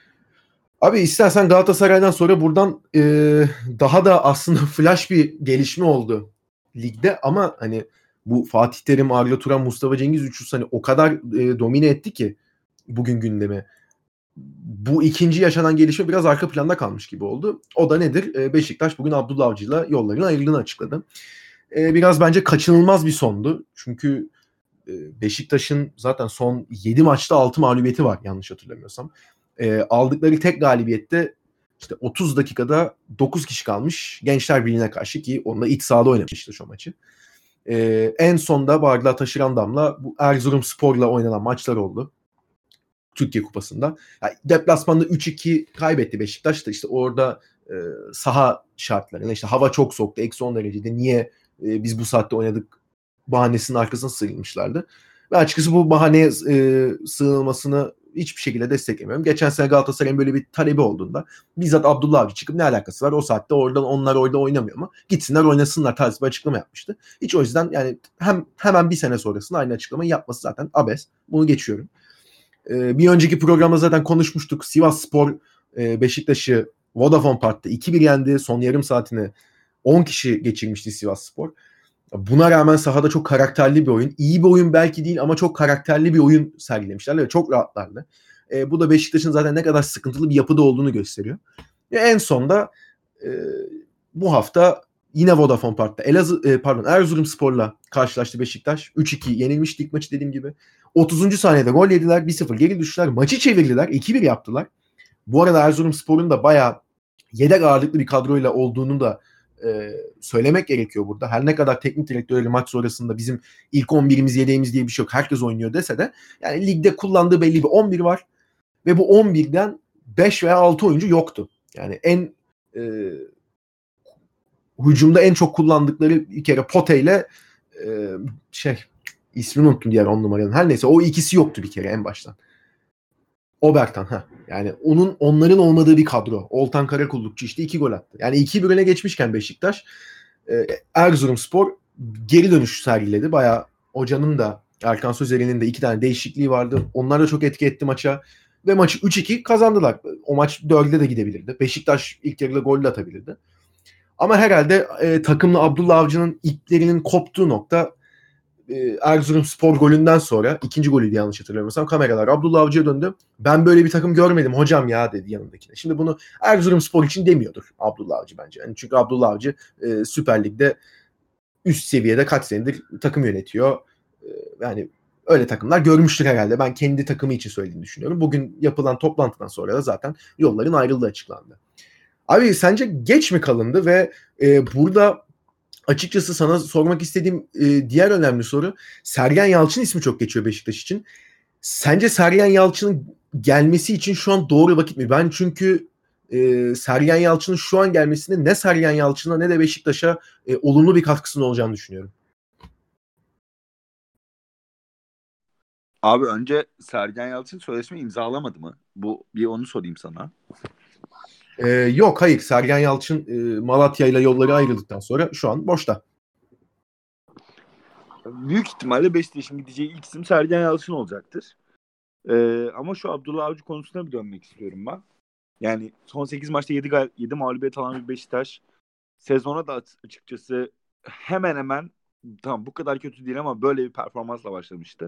Abi istersen Galatasaray'dan sonra buradan e, daha da aslında flash bir gelişme oldu ligde ama hani bu Fatih Terim, Arda Turan, Mustafa Cengiz üçlüsü hani o kadar e, domine etti ki bugün gündemi. Bu ikinci yaşanan gelişme biraz arka planda kalmış gibi oldu. O da nedir? E, Beşiktaş bugün Abdullah Avcı'yla yollarının ayrıldığını açıkladı. E, biraz bence kaçınılmaz bir sondu. Çünkü e, Beşiktaş'ın zaten son yedi maçta altı mağlubiyeti var yanlış hatırlamıyorsam. E, aldıkları tek galibiyette işte otuz dakikada dokuz kişi kalmış Gençler Birliği'ne karşı ki onunla iç sahada oynamıştı şu maçı. E, en sonda Barla Taşırandam'la bu Erzurumspor'la oynanan maçlar oldu. Türkiye Kupası'nda. Yani deplasmanda üç iki kaybetti Beşiktaş da işte orada e, saha şartlarına işte hava çok soğuktu. Eksi on derecede niye e, biz bu saatte oynadık bahanesinin arkasına sığınmışlardı. Ve açıkçası bu bahaneye e, sığınılmasını hiçbir şekilde desteklemiyorum. Geçen sene Galatasaray'ın böyle bir talebi olduğunda bizzat Abdullah Avcı çıkıp ne alakası var? O saatte oradan onlar orada oynamıyor mu? Gitsinler oynasınlar tarzı bir açıklama yapmıştı. Hiç o yüzden yani hem hemen bir sene sonrasında aynı açıklamayı yapması zaten abes. Bunu geçiyorum. E, bir önceki programda zaten konuşmuştuk. Sivasspor e, Beşiktaş'ı Vodafone Park'ta iki bir yendi. Son yarım saatini on kişi geçirmişti Sivasspor. Buna rağmen sahada çok karakterli bir oyun. İyi bir oyun belki değil ama çok karakterli bir oyun sergilemişler ve çok rahatlardı. E, bu da Beşiktaş'ın zaten ne kadar sıkıntılı bir yapıda olduğunu gösteriyor. Ve en sonda e, bu hafta yine Vodafone Park'ta Elazığ, e, pardon Erzurumspor'la karşılaştı Beşiktaş. üç iki yenilmişti ilk maçı dediğim gibi. otuzuncu saniyede gol yediler. bir sıfır geri düştüler. Maçı çevirdiler. iki bir yaptılar. Bu arada Erzurumspor'un da bayağı yedek ağırlıklı bir kadroyla olduğunu da e, söylemek gerekiyor burada. Her ne kadar teknik direktörleri maç sonrasında bizim ilk on birimiz yedeğimiz diye bir şey yok. Herkes oynuyor dese de yani ligde kullandığı belli bir on bir var. Ve bu on birden beş veya altı oyuncu yoktu. Yani en e, hücumda en çok kullandıkları bir kere Pote ile e, şey ismini unuttum diğer on numaranın. Her neyse o ikisi yoktu bir kere en baştan. Obertan ha. Yani onun onların olmadığı bir kadro. Oltan Karakullukçu işte iki gol attı. Yani iki bir öne geçmişken Beşiktaş e, Erzurumspor geri dönüş sergiledi. Bayağı hocanın da Erkan Sözeri'nin de iki tane değişikliği vardı. Onlar da çok etki etti maça. Ve maçı üç iki kazandılar. O maç dörde de gidebilirdi. Beşiktaş ilk yarıda gol de atabilirdi. Ama herhalde e, takımla Abdullah Avcı'nın iplerinin koptuğu nokta e, Erzurumspor golünden sonra ikinci golüydü yanlış hatırlamıyorsam kameralar Abdullah Avcı'ya döndü. Ben böyle bir takım görmedim hocam ya dedi yanındakine. Şimdi bunu Erzurumspor için demiyordur Abdullah Avcı bence. Yani çünkü Abdullah Avcı e, Süper Lig'de üst seviyede kaç senedir takım yönetiyor. E, yani öyle takımlar görmüştür herhalde. Ben kendi takımı için söylediğini düşünüyorum. Bugün yapılan toplantıdan sonra da zaten yolların ayrıldığı açıklandı. Abi sence geç mi kalındı ve e, burada açıkçası sana sormak istediğim e, diğer önemli soru Sergen Yalçın ismi çok geçiyor Beşiktaş için. Sence Sergen Yalçın'ın gelmesi için şu an doğru vakit mi? Ben çünkü e, Sergen Yalçın'ın şu an gelmesinde ne Sergen Yalçın'a ne de Beşiktaş'a e, olumlu bir katkısının olacağını düşünüyorum. Abi önce Sergen Yalçın sözleşme imzalamadı mı? Bu bir onu sorayım sana. Ee, yok hayır Sergen Yalçın e, Malatya ile yolları ayrıldıktan sonra şu an boşta. Büyük ihtimalle Beşiktaş'ın gideceği ilk isim Sergen Yalçın olacaktır. Ee, ama şu Abdullah Avcı konusuna bir dönmek istiyorum ben. Yani son sekiz maçta yedi, gal- yedi mağlubiyet alan bir Beşiktaş. Sezona da açıkçası hemen hemen tamam bu kadar kötü değil ama böyle bir performansla başlamıştı.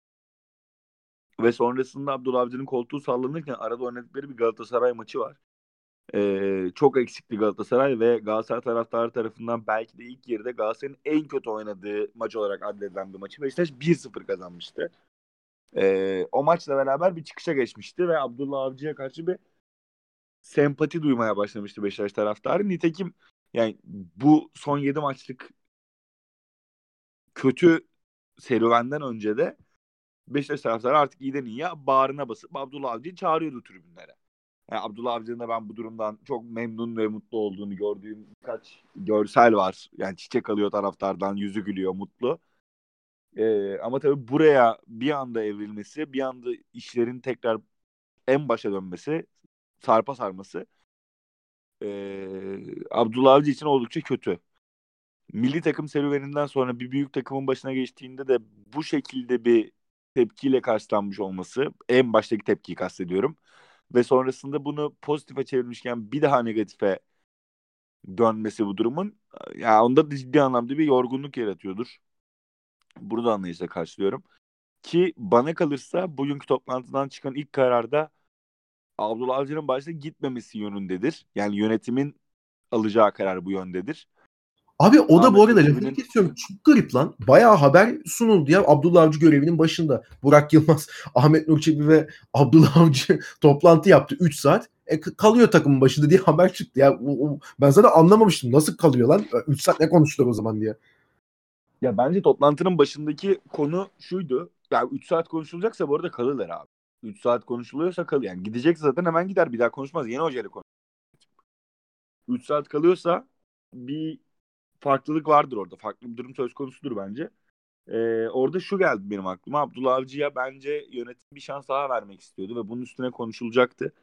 Ve sonrasında Abdullah Avcı'nın koltuğu sallanırken arada oynadıkları bir Galatasaray maçı var. Ee, çok eksikti Galatasaray ve Galatasaray taraftarı tarafından belki de ilk yarıda Galatasaray'ın en kötü oynadığı maç olarak addedilen bir maçı Beşiktaş bir sıfır kazanmıştı. Ee, o maçla beraber bir çıkışa geçmişti ve Abdullah Avcı'ya karşı bir sempati duymaya başlamıştı Beşiktaş taraftarı. Nitekim yani bu son yedi maçlık kötü serüvenden önce de Beşiktaş taraftarı artık iyiden iyiye bağrına basıp Abdullah Avcı'yı çağırıyordu tribünlere. Yani Abdullah Avcı'nın da ben bu durumdan çok memnun ve mutlu olduğunu gördüğüm birkaç görsel var. Yani çiçek alıyor taraftardan, yüzü gülüyor, mutlu. Ee, ama tabii buraya bir anda evrilmesi, bir anda işlerin tekrar en başa dönmesi, sarpa sarması ee, Abdullah Avcı için oldukça kötü. Milli takım serüveninden sonra bir büyük takımın başına geçtiğinde de bu şekilde bir tepkiyle karşılanmış olması, en baştaki tepkiyi kastediyorum. Ve sonrasında bunu pozitife çevirmişken bir daha negatife dönmesi bu durumun ya onda da ciddi anlamda bir yorgunluk yaratıyordur. Burada anlayışla karşılıyorum. Ki bana kalırsa bugünkü toplantıdan çıkan ilk kararda Abdullah Avcı'nın başta gitmemesi yönündedir. Yani yönetimin alacağı karar bu yöndedir. Abi o da bu Ahmet arada lafını Nurçebi'nin kesiyorum. Çok garip lan. Bayağı haber sunuldu ya Abdullah Avcı görevinin başında. Burak Yılmaz, Ahmet Nurçebi ve Abdullah Avcı toplantı yaptı üç saat. E, kalıyor takımın başında diye haber çıktı. Ya o, o, ben zaten anlamamıştım. Nasıl kalıyor lan? üç saat ne konuştular o zaman diye. ya bence toplantının başındaki konu şuydu. Ya üç saat konuşulacaksa bu arada kalırlar abi. üç saat konuşuluyorsa kalır. Yani gidecek zaten hemen gider. Bir daha konuşmaz. Yeni hocayla konuşur. üç saat kalıyorsa bir farklılık vardır orada. Farklı bir durum söz konusudur bence. Ee, orada şu geldi benim aklıma. Abdullah Avcı'ya bence yönetim bir şans daha vermek istiyordu ve bunun üstüne konuşulacaktı.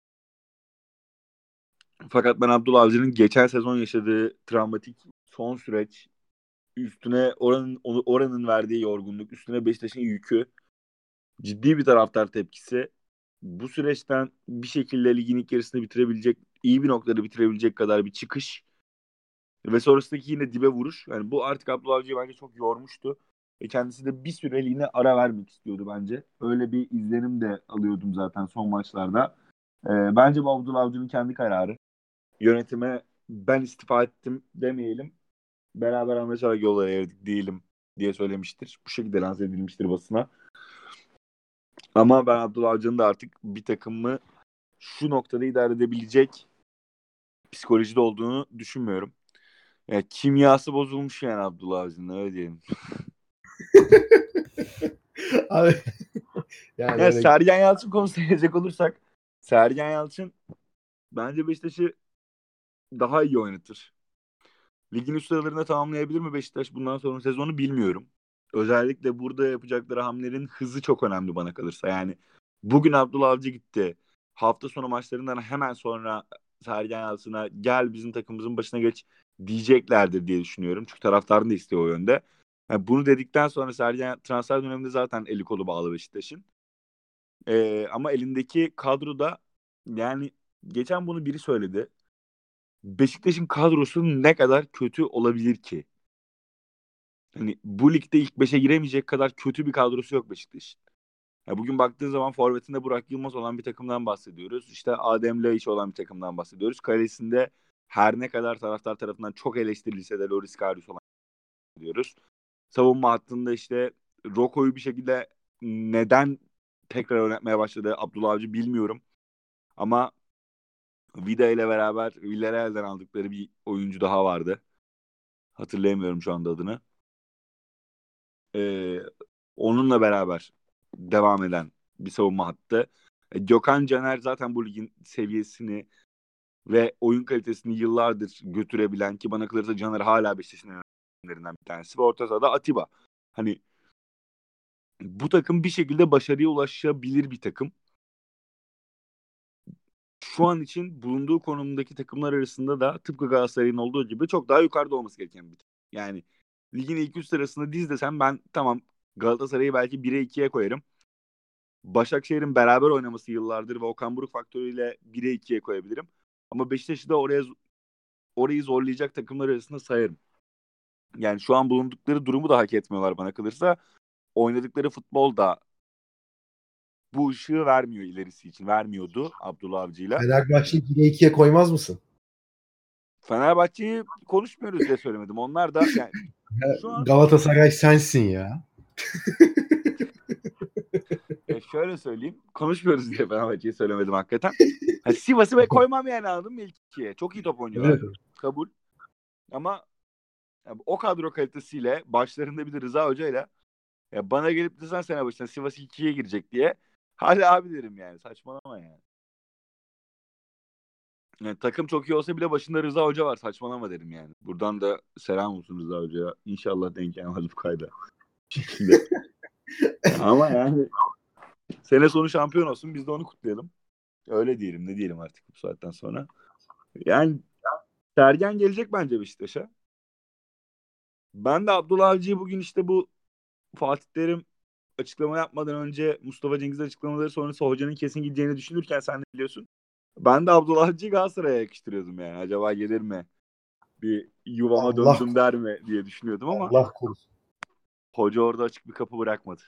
Fakat ben Abdullah Avcı'nın geçen sezon yaşadığı travmatik son süreç, üstüne oranın oranın verdiği yorgunluk, üstüne Beşiktaş'ın yükü ciddi bir taraftar tepkisi. Bu süreçten bir şekilde ligin ilk yarısını bitirebilecek, iyi bir noktada bitirebilecek kadar bir çıkış ve sonrasındaki yine dibe vuruş. Yani bu artık Abdullah Avcı'yı bence çok yormuştu. Ve kendisi de bir süreliğine ara vermek istiyordu bence. Öyle bir izlenim de alıyordum zaten son maçlarda. Ee, bence bu Abdullah Avcı'nın kendi kararı. Yönetime ben istifa ettim demeyelim. Beraber anlaşarak yollara erdik değilim diye söylemiştir. Bu şekilde lanse edilmiştir basına. Ama ben Abdullah Avcı'nın da artık bir takımı şu noktada idare edebilecek psikolojide olduğunu düşünmüyorum. Yani kimyası bozulmuş yani Abdullah Avcı'nın, öyle diyelim. Abi, yani yani öyle... Sergen Yalçın konusuna gelecek olursak, Sergen Yalçın bence Beşiktaş'ı daha iyi oynatır. Ligin üst sıralarında tamamlayabilir mi Beşiktaş bundan sonra sezonu bilmiyorum. Özellikle burada yapacakları hamlenin hızı çok önemli bana kalırsa. Yani bugün Abdullah Avcı gitti. Hafta sonu maçlarından hemen sonra Sergen Yalçın'a gel bizim takımımızın başına geç diyeceklerdir diye düşünüyorum. Çünkü taraftarın da istiyor o yönde. Yani bunu dedikten sonra Sergen transfer döneminde zaten eli kolu bağlı Beşiktaş'ın. Ee, ama elindeki kadroda, yani geçen bunu biri söyledi. Beşiktaş'ın kadrosu ne kadar kötü olabilir ki? Hani bu ligde ilk beşe giremeyecek kadar kötü bir kadrosu yok Beşiktaş'ın. Ya bugün baktığın zaman forvetinde Burak Yılmaz olan bir takımdan bahsediyoruz. İşte Adem Laiç olan bir takımdan bahsediyoruz. Kalesinde her ne kadar taraftar tarafından çok eleştirilse de Loris Karius olan diyoruz. Savunma hattında işte Roko'yu bir şekilde neden tekrar oynatmaya başladı Abdullah Avcı bilmiyorum. Ama Vida ile beraber Villarreal'den aldıkları bir oyuncu daha vardı. Hatırlayamıyorum şu anda adını. Ee, onunla beraber devam eden bir savunma hattı. E, Gökhan Caner zaten bu ligin seviyesini ve oyun kalitesini yıllardır götürebilen, ki bana kalırsa Caner hala Beşiktaş'ın önemlilerinden bir tanesi. Ve orta sahada Atiba. Hani bu takım bir şekilde başarıya ulaşabilir bir takım. Şu an için bulunduğu konumdaki takımlar arasında da tıpkı Galatasaray'ın olduğu gibi çok daha yukarıda olması gereken bir takım. Yani ligin ilk üç sırasında diz desem ben tamam Galatasaray'ı belki bire ikiye koyarım. Başakşehir'in beraber oynaması yıllardır ve Okan Buruk faktörüyle bire ikiye koyabilirim. Ama Beşiktaş'ı da oraya orayı zorlayacak takımlar arasında sayarım. Yani şu an bulundukları durumu da hak etmiyorlar bana kalırsa. Oynadıkları futbol da bu ışığı vermiyor ilerisi için. Vermiyordu Abdullah Avcı'yla. Fenerbahçe'yi bire ikiye koymaz mısın? Fenerbahçe'yi konuşmuyoruz diye söylemedim. Onlar da yani Ya, şu an Galatasaray sensin ya. e şöyle söyleyeyim. Konuşmuyoruz diye Fenerbahçe'yi söylemedim hakikaten. Ha, Sivas'ı ben koymam yani, anladın mı ilk ikiye? Çok iyi top oynuyorlar. Evet. Kabul. Ama ya, o kadro kalitesiyle başlarında bir de Rıza Hoca'yla ya bana gelip desen sene başına Sivas ikiye girecek diye hadi abi derim yani. Saçmalama yani. Yani takım çok iyi olsa bile başında Rıza Hoca var. Saçmalama derim yani. Buradan da selam olsun Rıza Hoca'ya. İnşallah denk gelmez bu kayda. Şekilde. Ama yani sene sonu şampiyon olsun, biz de onu kutlayalım. Öyle diyelim, ne diyelim artık bu saatten sonra. Yani Sergen gelecek bence Beşiktaş'a. Ben de Abdullah Avcı'yı bugün işte bu Fatih Terim açıklama yapmadan önce Mustafa Cengiz'in açıklamaları sonrası hocanın kesin gideceğini düşünürken sen de biliyorsun. Ben de Abdullah Avcı'yı Galatasaray'a yakıştırıyordum yani. Acaba gelir mi? Bir yuvama Allah döndüm der mi diye düşünüyordum ama Allah korusun. hoca orada açık bir kapı bırakmadı.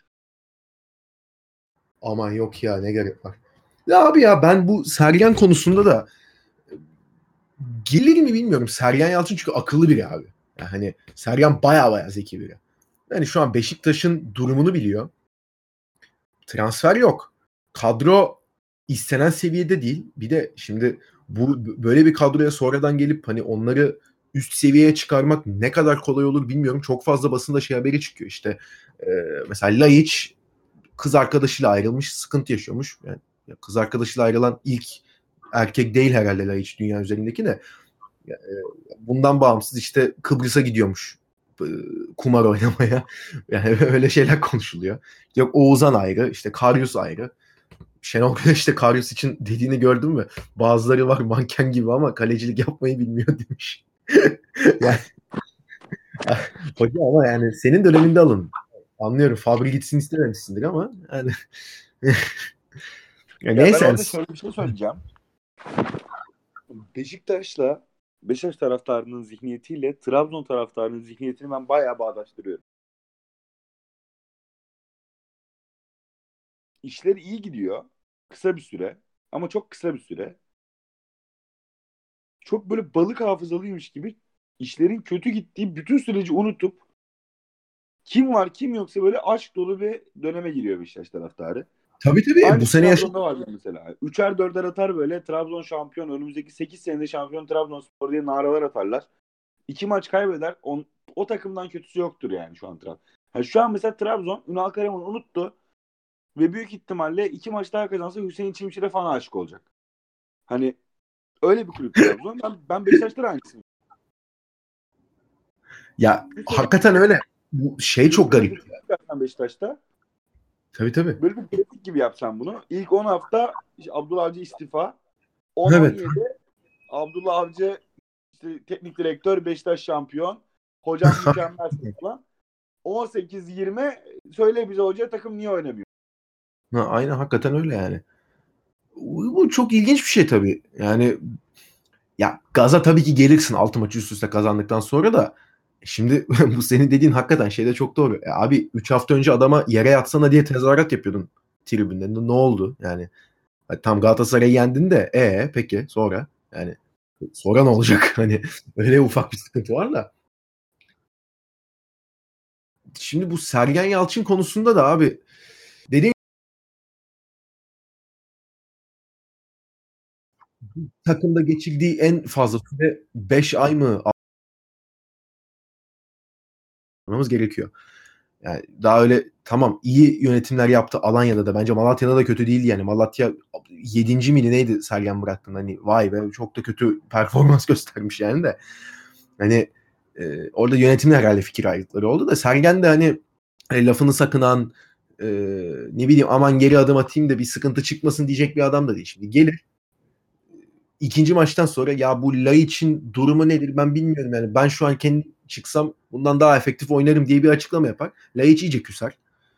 Aman yok ya, ne gerek var. Ya abi ya, ben bu Sergen konusunda da gelir mi bilmiyorum. Sergen Yalçın çünkü akıllı biri abi. Yani hani Sergen baya baya zeki biri. Yani şu an Beşiktaş'ın durumunu biliyor. Transfer yok. Kadro istenen seviyede değil. Bir de şimdi bu böyle bir kadroya sonradan gelip hani onları üst seviyeye çıkarmak ne kadar kolay olur bilmiyorum. Çok fazla basında şey haberi çıkıyor. İşte e, mesela Laiç kız arkadaşıyla ayrılmış, sıkıntı yaşıyormuş. Yani kız arkadaşıyla ayrılan ilk erkek değil herhalde Laiç dünya üzerindeki de. Bundan bağımsız işte Kıbrıs'a gidiyormuş kumar oynamaya. Yani öyle şeyler konuşuluyor. Yok Oğuzhan ayrı, işte Karius ayrı. Şenol Güneş işte Karius için dediğini gördün mü? Bazıları var manken gibi ama kalecilik yapmayı bilmiyor demiş. Yani hoca ama yani senin döneminde alın. Anlıyorum. Fabri gitsin istememişsindir ama yani. ya Ya neyse. ben orada şöyle bir şey söyleyeceğim. Beşiktaş'la Beşiktaş taraftarının zihniyetiyle Trabzon taraftarının zihniyetini ben bayağı bağdaştırıyorum. İşleri iyi gidiyor. Kısa bir süre. Ama çok kısa bir süre. Çok böyle balık hafızalıymış gibi işlerin kötü gittiği bütün süreci unutup kim var kim yoksa böyle aşk dolu bir döneme giriyor Beşiktaş taraftarı. Tabii tabii. Bu Aynı sene yaşadık. Trabzon'da vardı mesela. Üçer dörder atar böyle Trabzon şampiyon. Önümüzdeki sekiz senede şampiyon Trabzonspor diye naralar atarlar. İki maç kaybeder. On, o takımdan kötüsü yoktur yani şu an Trabzon. Ha, şu an mesela Trabzon Ünal Karaman'ı unuttu. Ve büyük ihtimalle iki maç daha kazansa Hüseyin Çimşir'e falan aşık olacak. Hani öyle bir kulüp Trabzon. Ben, ben Beşiktaş'ta aynısıyım. Ya hakikaten öyle. Bu şey çok garip. Beşiktaş'ta. Tabii tabii. Böyle bir pratik gibi yapsam bunu. İlk on hafta işte Abdullah Avcı istifa. on on Evet. yedi Abdullah Avcı işte teknik direktör, Beşiktaş şampiyon. Hocam mükemmelsin falan. on sekiz yirmi söyle bize hoca takım niye oynamıyor? Ha, aynen hakikaten öyle yani. Bu bu çok ilginç bir şey tabii. Yani ya gaza tabii ki gelirsin altı maçı üst üste kazandıktan sonra da şimdi bu senin dediğin hakikaten şeyde çok doğru. E abi üç hafta önce adama yere yatsana diye tezahürat yapıyordun tribünde. Ne oldu? Yani tam Galatasaray'ı yendin de e peki sonra yani sonra ne olacak? Hani öyle ufak bir sıkıntı var da. Şimdi bu Sergen Yalçın konusunda da abi dediğim takımda geçirdiği en fazla süre beş ay mı almamız gerekiyor. Yani daha öyle tamam iyi yönetimler yaptı Alanya'da da. Bence Malatya'da da kötü değildi yani. Malatya yedinci miydi neydi Sergen bıraktığında hani vay be çok da kötü performans göstermiş yani de. Hani e, orada yönetimle herhalde fikir ayrılıkları oldu da Sergen de hani e, lafını sakınan e, ne bileyim aman geri adım atayım da bir sıkıntı çıkmasın diyecek bir adam da değil. Şimdi gelir ikinci maçtan sonra ya bu Laiç'in durumu nedir ben bilmiyorum yani. Ben şu an kendi çıksam bundan daha efektif oynarım diye bir açıklama yapar. Laiç iyice küser.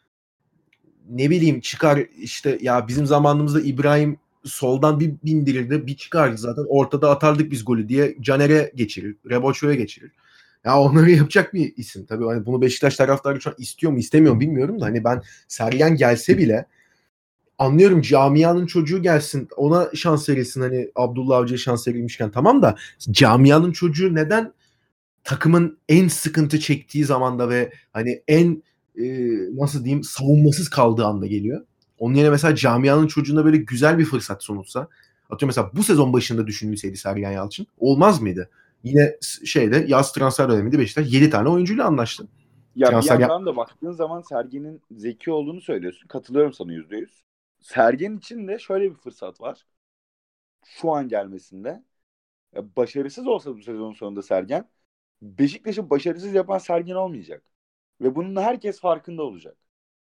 Ne bileyim çıkar işte ya bizim zamanımızda İbrahim soldan bir bindirirdi bir çıkardı zaten ortada atardık biz golü diye Caner'e geçirir. Reboço'ya geçirir. Ya onları yapacak bir isim. Tabii hani bunu Beşiktaş taraftarı şu an istiyor mu istemiyor mu bilmiyorum da hani ben Sergen gelse bile anlıyorum camianın çocuğu gelsin ona şans verilsin hani Abdullah Avcı'ya şans verilmişken tamam da camianın çocuğu neden takımın en sıkıntı çektiği zamanda ve hani en e, nasıl diyeyim savunmasız kaldığı anda geliyor. Onun yerine mesela camianın çocuğuna böyle güzel bir fırsat sunulsa atıyorum mesela bu sezon başında düşünülseydi Sergen Yalçın olmaz mıydı? Yine şeyde yaz transfer döneminde Beşiktaş yedi tane oyuncuyla anlaştı. Ya bir Transfer yap- yandan da baktığın zaman Sergen'in zeki olduğunu söylüyorsun. Katılıyorum sana yüzde yüz. Sergen için de şöyle bir fırsat var. Şu an gelmesinde. Ya başarısız olsa bu sezon sonunda Sergen, Beşiktaş'ı başarısız yapan Sergen olmayacak. Ve bunun da herkes farkında olacak.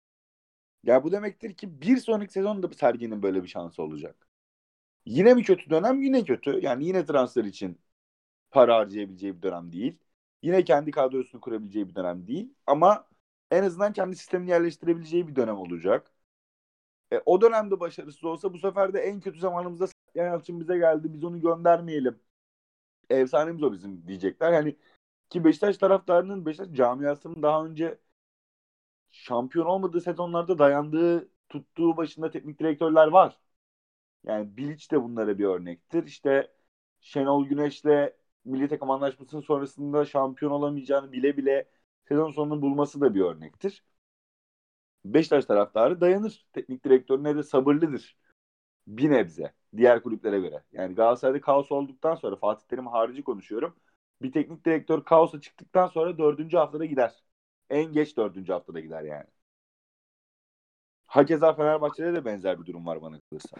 Ya bu demektir ki bir sonraki sezonda Sergen'in böyle bir şansı olacak. Yine mi kötü dönem? Yine kötü. Yani yine transfer için para harcayabileceği bir dönem değil. Yine kendi kadrosunu kurabileceği bir dönem değil. Ama en azından kendi sistemini yerleştirebileceği bir dönem olacak. E, o dönemde başarısız olsa bu sefer de en kötü zamanımızda Sergen Yalçın bize geldi. Biz onu göndermeyelim. Efsanemiz o bizim diyecekler. Yani ki Beşiktaş taraftarının Beşiktaş camiasının daha önce şampiyon olmadığı sezonlarda dayandığı, tuttuğu başında teknik direktörler var. Yani Bilic de bunlara bir örnektir. İşte Şenol Güneş'le milli takım anlaşmasının sonrasında şampiyon olamayacağını bile bile sezon sonunu bulması da bir örnektir. Beşiktaş taraftarı dayanır. Teknik direktörüne de sabırlıdır. Bir nebze. Diğer kulüplere göre. Yani Galatasaray'da kaos olduktan sonra Fatih Terim harici konuşuyorum. Bir teknik direktör kaosa çıktıktan sonra dördüncü haftada gider. En geç dördüncü haftada gider yani. Hakeza Fenerbahçe'de de benzer bir durum var bana kalırsa.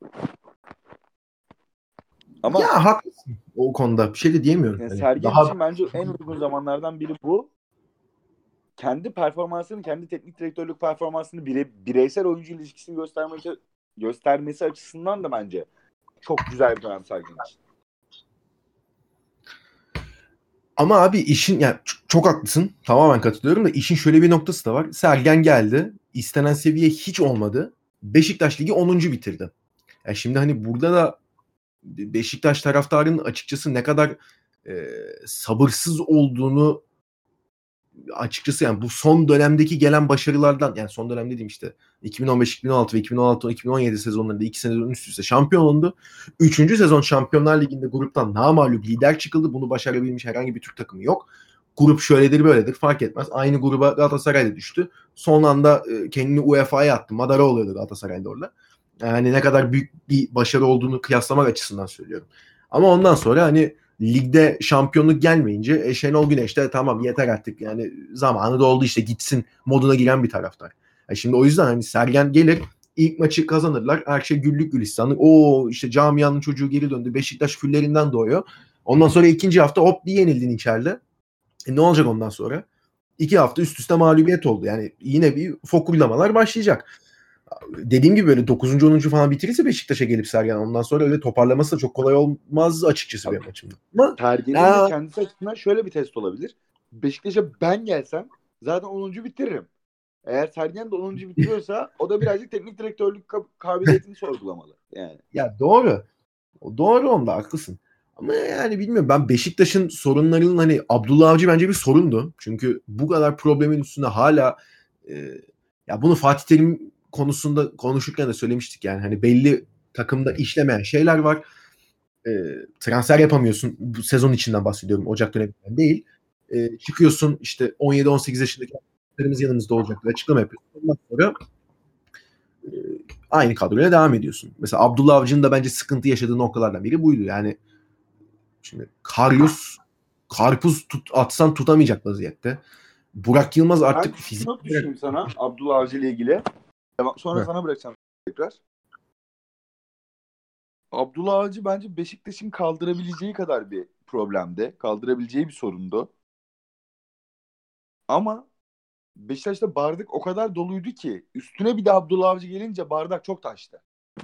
Ama ya haklısın o konuda bir şey de diyemiyorum. yani Hani Sergen daha için bence en uygun zamanlardan biri bu. Kendi performansını, kendi teknik direktörlük performansını bire, bireysel oyuncu ilişkisini göstermesi, göstermesi açısından da bence çok güzel bir dönem Sergen için. Ama abi işin yani ç- çok haklısın. Tamamen katılıyorum da işin şöyle bir noktası da var. Sergen geldi. İstenen seviye hiç olmadı. Beşiktaş Ligi onuncu bitirdi. Yani şimdi hani burada da Beşiktaş taraftarının açıkçası ne kadar e, sabırsız olduğunu açıkçası yani bu son dönemdeki gelen başarılardan yani son dönem dediğim işte iki bin on beş iki bin on altı ve iki bin on altı iki bin on yedi sezonlarında iki sezon üst üste şampiyon olundu. Üçüncü sezon Şampiyonlar Ligi'nde gruptan namağlup lider çıkıldı. Bunu başarabilmiş herhangi bir Türk takımı yok. Grup şöyledir böyledir fark etmez. Aynı gruba Galatasaray'da düştü. Son anda e, kendini U E F A'ya attı. Madara oluyordu Galatasaray'da orada. Yani ne kadar büyük bir başarı olduğunu kıyaslamak açısından söylüyorum. Ama ondan sonra hani ligde şampiyonluk gelmeyince e, Şenol Güneş de tamam yeter artık yani zamanı doldu işte gitsin moduna giren bir taraftar. Yani şimdi o yüzden hani Sergen gelir ilk maçı kazanırlar her şey güllük gülistanlık. O işte camianın çocuğu geri döndü. Beşiktaş küllerinden doğuyor. Ondan sonra ikinci hafta hop bir yenildin içeride. E ne olacak ondan sonra? İki hafta üst üste mağlubiyet oldu. Yani yine bir fokurlamalar başlayacak. Dediğim gibi böyle dokuzuncu onuncu falan bitirirse Beşiktaş'a gelip Sergen ondan sonra öyle toparlaması da çok kolay olmaz açıkçası benim açımdan. Ama Sergen'in de kendisi açısından şöyle bir test olabilir. Beşiktaş'a ben gelsem zaten onuncu bitiririm. Eğer Sergen de onuncu bitiriyorsa o da birazcık teknik direktörlük kabiliyetini sorgulamalı. Yani. Ya doğru. Doğru onda haklısın. Ama yani bilmiyorum ben Beşiktaş'ın sorunlarının hani Abdullah Avcı bence bir sorundu. Çünkü bu kadar problemin üstünde hala e, ya bunu Fatih Terim konusunda konuşurken de söylemiştik yani hani belli takımda işlemeyen şeyler var. E, transfer yapamıyorsun. Bu sezon içinden bahsediyorum. Ocak döneminden değil. E, çıkıyorsun işte on yedi on sekiz yaşındaki arkadaşlarımız yanımızda olacak. Açıklama yapıyorsun. Ondan sonra e, aynı kadroyla devam ediyorsun. Mesela Abdullah Avcı'nın da bence sıkıntı yaşadığı noktalardan biri buydu. Yani şimdi Karius karpuz tut, atsan tutamayacak vaziyette. Burak Yılmaz artık ben fizik... Ben düşeyim sana Abdullah Avcı ile ilgili. Sonra Hı. sana bırakacağım tekrar. Abdullah Avcı bence Beşiktaş'ın kaldırabileceği kadar bir problemde. Kaldırabileceği bir sorundu. Ama Beşiktaş'ta bardak o kadar doluydu ki üstüne bir de Abdullah Avcı gelince bardak çok taştı.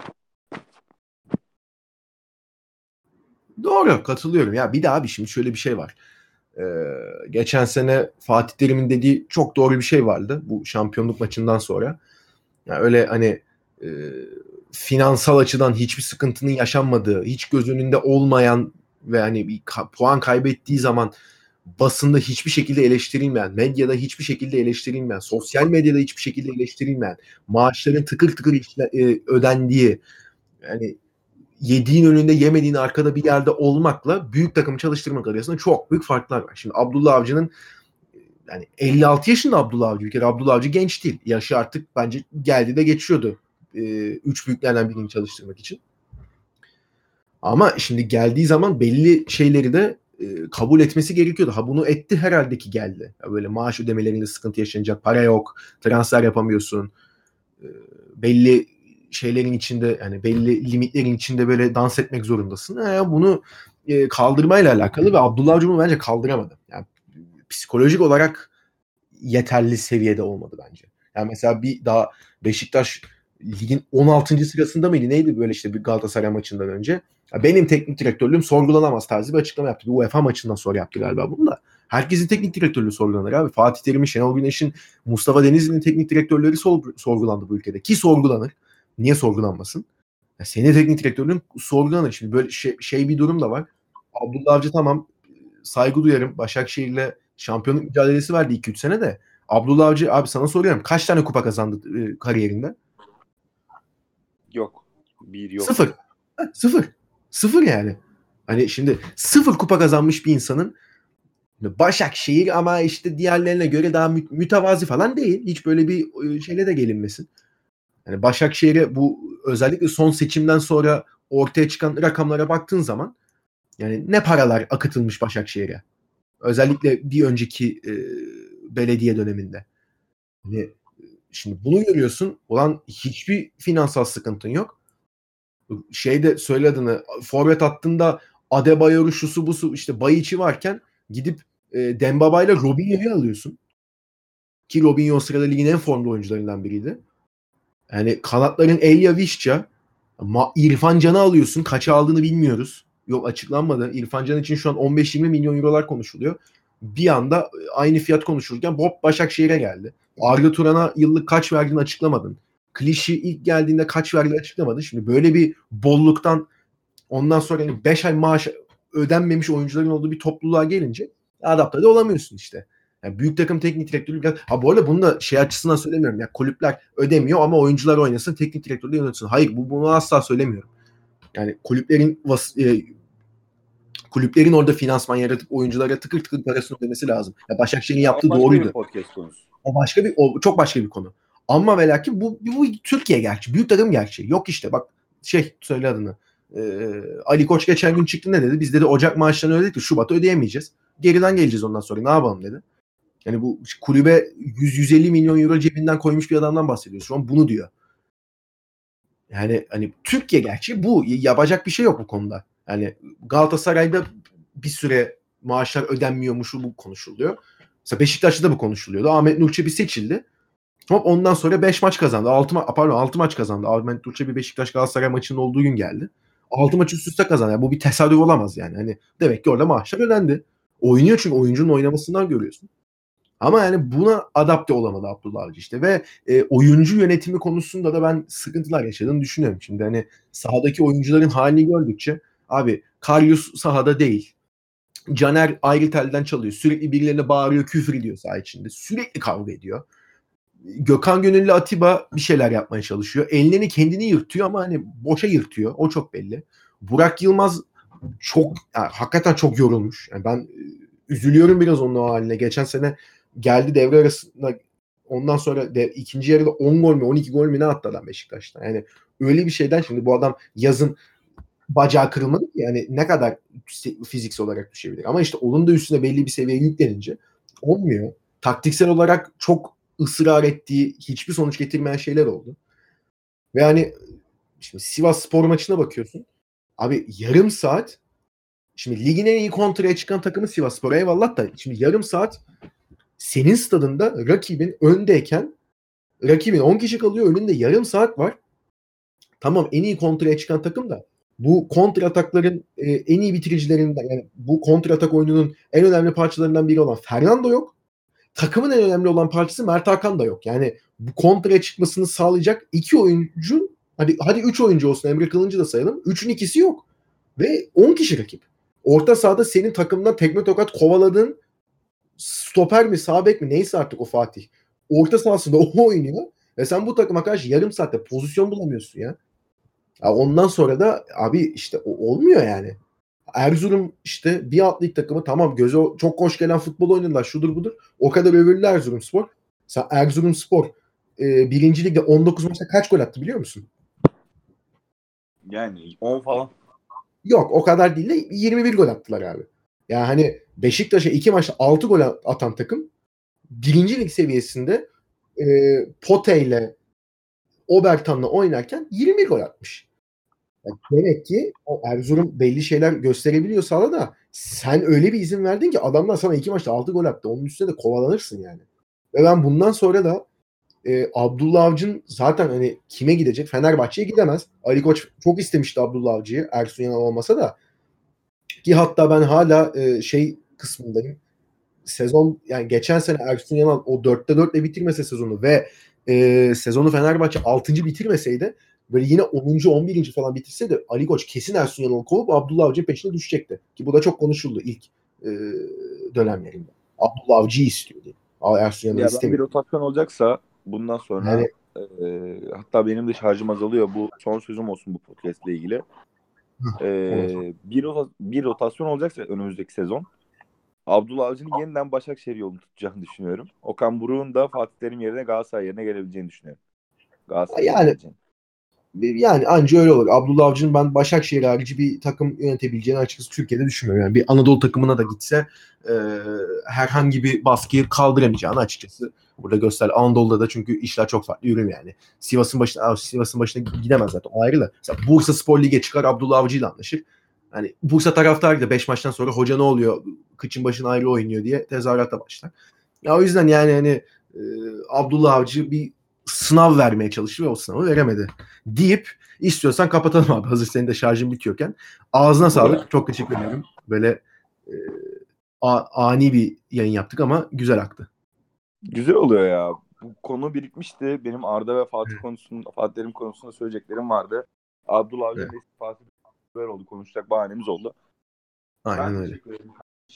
Doğru, katılıyorum. Ya bir de abi şimdi şöyle bir şey var. Ee, geçen sene Fatih Terim'in dediği çok doğru bir şey vardı bu şampiyonluk maçından sonra. Yani öyle hani e, finansal açıdan hiçbir sıkıntının yaşanmadığı, hiç göz önünde olmayan ve hani bir ka- puan kaybettiği zaman basında hiçbir şekilde eleştirilmeyen, medyada hiçbir şekilde eleştirilmeyen, sosyal medyada hiçbir şekilde eleştirilmeyen, maaşların tıkır tıkır işle, e, ödendiği, yani yediğin önünde yemediğin arkada bir yerde olmakla büyük takımı çalıştırmak arasında çok büyük farklar var. Şimdi Abdullah Avcı'nın yani elli altı yaşında Abdullah Avcı. Bir kere Abdullah Avcı genç değil. Yaşı artık bence geldi de geçiyordu. Ee, üç büyüklerden birini çalıştırmak için. Ama şimdi geldiği zaman belli şeyleri de e, kabul etmesi gerekiyordu. Ha bunu etti herhalde ki geldi. Ya böyle maaş ödemelerinde sıkıntı yaşanacak. Para yok. Transfer yapamıyorsun. E, belli şeylerin içinde yani belli limitlerin içinde böyle dans etmek zorundasın. E, bunu e, kaldırmayla alakalı ve Abdullah Avcı bunu bence kaldıramadı. Yani psikolojik olarak yeterli seviyede olmadı bence. Yani mesela bir daha Beşiktaş ligin on altıncı sırasında mıydı? Neydi böyle işte bir Galatasaray maçından önce? Ya benim teknik direktörlüğüm sorgulanamaz tarzı bir açıklama yaptı. Bir U E F A maçından sonra yaptı galiba bunu da. Herkesin teknik direktörlüğü sorgulanır abi. Fatih Terim'in, Şenol Güneş'in, Mustafa Denizli'nin teknik direktörleri sorgulandı bu ülkede. Ki sorgulanır. Niye sorgulanmasın? Ya senin teknik direktörlüğün sorgulanır. Şimdi böyle şey, şey bir durum da var. Abdullah Avcı tamam saygı duyarım. Başakşehir'le şampiyonluk mücadelesi verdi iki üç sene de. Abdullah Avcı abi sana soruyorum. Kaç tane kupa kazandı e, kariyerinde? Yok. Bir yok. Sıfır. Ha, sıfır. Sıfır yani. Hani şimdi sıfır kupa kazanmış bir insanın Başakşehir ama işte diğerlerine göre daha mü- mütevazi falan değil. Hiç böyle bir şeyle de gelinmesin. Yani Başakşehir'e bu özellikle son seçimden sonra ortaya çıkan rakamlara baktığın zaman yani ne paralar akıtılmış Başakşehir'e. Özellikle bir önceki e, belediye döneminde. Yani şimdi bunu görüyorsun. Ulan hiçbir finansal sıkıntın yok. Şeyde söyle adını forvet hattında Adebayor'u şusu busu işte Bayiç'i varken gidip e, Dembaba'yla Robinho'yu alıyorsun. Ki Robinho o sırada ligin en formlu oyuncularından biriydi. Yani kanatların Elya Vişça, İrfan Can'ı alıyorsun. Kaça aldığını bilmiyoruz. Yok, açıklanmadı. İrfan Can için şu an on beş yirmi milyon eurolar konuşuluyor. Bir anda aynı fiyat konuşulurken Bob Başakşehir'e geldi. Arda Turan'a yıllık kaç verdiğini açıklamadın. Klişi ilk geldiğinde kaç verdiğini açıklamadın. Şimdi böyle bir bolluktan ondan sonra yani beş ay maaş ödenmemiş oyuncuların olduğu bir topluluğa gelince adapte de olamıyorsun işte. Yani büyük takım teknik direktörü biraz... Ha bu arada bunu da şey açısından söylemiyorum. Yani kulüpler ödemiyor ama oyuncular oynasın, teknik direktör de yönetsin. Hayır, bu bunu asla söylemiyorum. Yani kulüplerin vas- e, kulüplerin orada finansman yaratıp oyunculara tıkır tıkır parasını ödemesi lazım. Ya Başakşehir'in yaptığı başka doğruydu. Bir podcast konusu. O başka bir o çok başka bir konu. Ama ve lakin bu, bu Türkiye gerçeği. Büyük takım gerçeği. Yok işte bak şey söyle adını. Ee, Ali Koç geçen gün çıktı, ne dedi? Biz dedi Ocak maaşlarını ödedik de Şubat'ta ödeyemeyeceğiz. Geriden geleceğiz ondan sonra. Ne yapalım dedi. Yani bu kulübe yüz yüz elli milyon euro cebinden koymuş bir adamdan bahsediyoruz. Şu an bunu diyor. Yani hani Türkiye gerçeği bu. Yapacak bir şey yok bu konuda. Yani Galatasaray'da bir süre maaşlar ödenmiyormuş, bu konuşuluyor. Mesela Beşiktaş'ta da bu konuşuluyordu. Ahmet Nur Çebi seçildi. Hop ondan sonra beş maç kazandı. altı ma- pardon altı maç kazandı. Ahmet Nur Çebi Beşiktaş Galatasaray maçının olduğu gün geldi. altı maç üst üste kazandı. Yani bu bir tesadüf olamaz yani. Hani demek ki orada maaşlar ödendi. Oynuyor çünkü oyuncunun oynamasından görüyorsun. Ama yani buna adapte olamadı Abdullah Avcı işte ve e, oyuncu yönetimi konusunda da ben sıkıntılar yaşadığını düşünüyorum. Şimdi hani sahadaki oyuncuların halini gördükçe abi Karius sahada değil. Caner ayrı telden çalıyor. Sürekli birilerine bağırıyor, küfür ediyor saha içinde. Sürekli kavga ediyor. Gökhan Gönüllü Atiba bir şeyler yapmaya çalışıyor. Ellerini kendini yırtıyor ama hani boşa yırtıyor. O çok belli. Burak Yılmaz çok yani hakikaten çok yorulmuş. Yani ben üzülüyorum biraz onun o haline. Geçen sene geldi devre arasında, ondan sonra de, ikinci yarıda on gol mü on iki gol mü ne attı adam Beşiktaş'ta. Yani öyle bir şeyden şimdi bu adam yazın bacağı kırılmadı ki, yani ne kadar fiziksel olarak düşebilir. Ama işte onun da üstüne belli bir seviyeye yüklenince olmuyor. Taktiksel olarak çok ısrar ettiği, hiçbir sonuç getirmeyen şeyler oldu. Ve hani şimdi Sivas Spor maçına bakıyorsun. Abi yarım saat, şimdi ligin en iyi kontraya çıkan takımı Sivas Spor, eyvallah da şimdi yarım saat senin stadında rakibin öndeyken rakibin on kişi kalıyor, önünde yarım saat var. Tamam, en iyi kontraya çıkan takım da bu kontra atakların e, en iyi bitiricilerinden, yani bu kontra atak oyununun en önemli parçalarından biri olan Fernando yok. Takımın en önemli olan parçası Mert Hakan da yok. Yani bu kontraya çıkmasını sağlayacak iki oyuncu, hadi hadi üç oyuncu olsun, Emre Kılıncı da sayalım. Üçün ikisi yok. Ve on kişi rakip. Orta sahada senin takımdan tekme tokat kovaladığın stoper mi, sağ bek mi neyse artık o Fatih. Orta sahasında o oynuyor. Ve sen bu takıma karşı yarım saatte pozisyon bulamıyorsun ya. Ya ondan sonra da abi işte olmuyor yani. Erzurum işte bir alt lig takımı, tamam göze çok hoş gelen futbol oynadılar, şudur budur. O kadar övüldü Erzurumspor. Sen Erzurumspor e, birinci ligde on dokuz maçta kaç gol attı biliyor musun? Yani on falan. Yok o kadar değil de yirmi bir gol attılar abi. Yani hani Beşiktaş'a iki maçta altı gol atan takım birinci lig seviyesinde e, Pote ile Obertan'la oynarken yirmi bir gol atmış. Yani demek ki o Erzurum belli şeyler gösterebiliyor sahada da sen öyle bir izin verdin ki adamlar sana iki maçta altı gol attı. Onun üstüne de kovalanırsın yani. Ve ben bundan sonra da e, Abdullah Avcı'nın zaten hani kime gidecek? Fenerbahçe'ye gidemez. Ali Koç çok istemişti Abdullah Avcı'yı, Ersun Yanal olmasa da, ki hatta ben hala e, şey kısmındayım. Sezon yani geçen sene Ersun Yanal o dörtte dörtle bitirmese sezonu ve e, sezonu Fenerbahçe altıncı bitirmeseydi, böyle yine onuncu on birinci falan bitirseydi Ali Koç kesin Ersun Yanal'ı kovup Abdullah Avcı'nın peşine düşecekti. Ki bu da çok konuşuldu ilk e, dönemlerinde. Abdullah Avcı'yı istiyordu. Ersun Yanal'ı Ya ben bir istemiyordu. rotasyon olacaksa bundan sonra Yani, e, hatta benim de şarjım azalıyor. Bu son sözüm olsun bu podcast ile ilgili. E, bir, rota, bir rotasyon olacaksa önümüzdeki sezon Abdullah Avcı'nın yeniden Başakşehir yolunu tutacağını düşünüyorum. Okan Buruk'un da Fatih Terim yerine Galatasaray yerine gelebileceğini düşünüyorum. Galatasaray yani Yani anca öyle olur. Abdullah Avcı'nın ben Başakşehir harici bir takım yönetebileceğini açıkçası Türkiye'de düşünmüyorum. Yani bir Anadolu takımına da gitse e, herhangi bir baskıyı kaldıramayacağını açıkçası burada göster. Anadolu'da da çünkü işler çok farklı yürümüyor yani. Sivas'ın başına Sivas'ın başına gidemez zaten. O ayrı da. Mesela Bursa Spor Lig'e çıkar, Abdullah Avcı ile anlaşır. Hani Bursa taraftarı da beş maçtan sonra hoca ne oluyor? Kıçın başına ayrı oynuyor diye tezahürata başlar. Ya o yüzden yani hani e, Abdullah Avcı bir sınav vermeye çalıştı ve o sınavı veremedi deyip İstiyorsan kapatalım abi. Hazır senin de şarjın bitiyorken. Ağzına sağlık. Çok teşekkür ederim. Böyle e, a- ani bir yayın yaptık ama güzel aktı. Güzel oluyor ya. Bu konu birikmişti. Benim Arda ve Fatih konusunda, Fatih Terim konusunda söyleyeceklerim vardı. Abdullah Avcı'nın Evet. Fatih Terim oldu. Konuşacak bahanemiz oldu. Aynen Ben öyle. teşekkür ederim.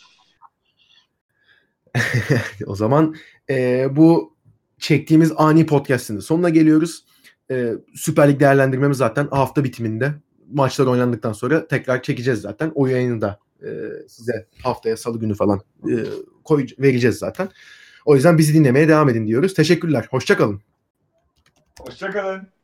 O zaman e, bu çektiğimiz ani podcast'ın da sonuna geliyoruz. E, Süper Lig değerlendirmemiz zaten hafta bitiminde. Maçlar oynandıktan sonra tekrar çekeceğiz zaten. O yayını da e, size haftaya salı günü falan e, koy, vereceğiz zaten. O yüzden bizi dinlemeye devam edin diyoruz. Teşekkürler. Hoşça kalın. Hoşçakalın.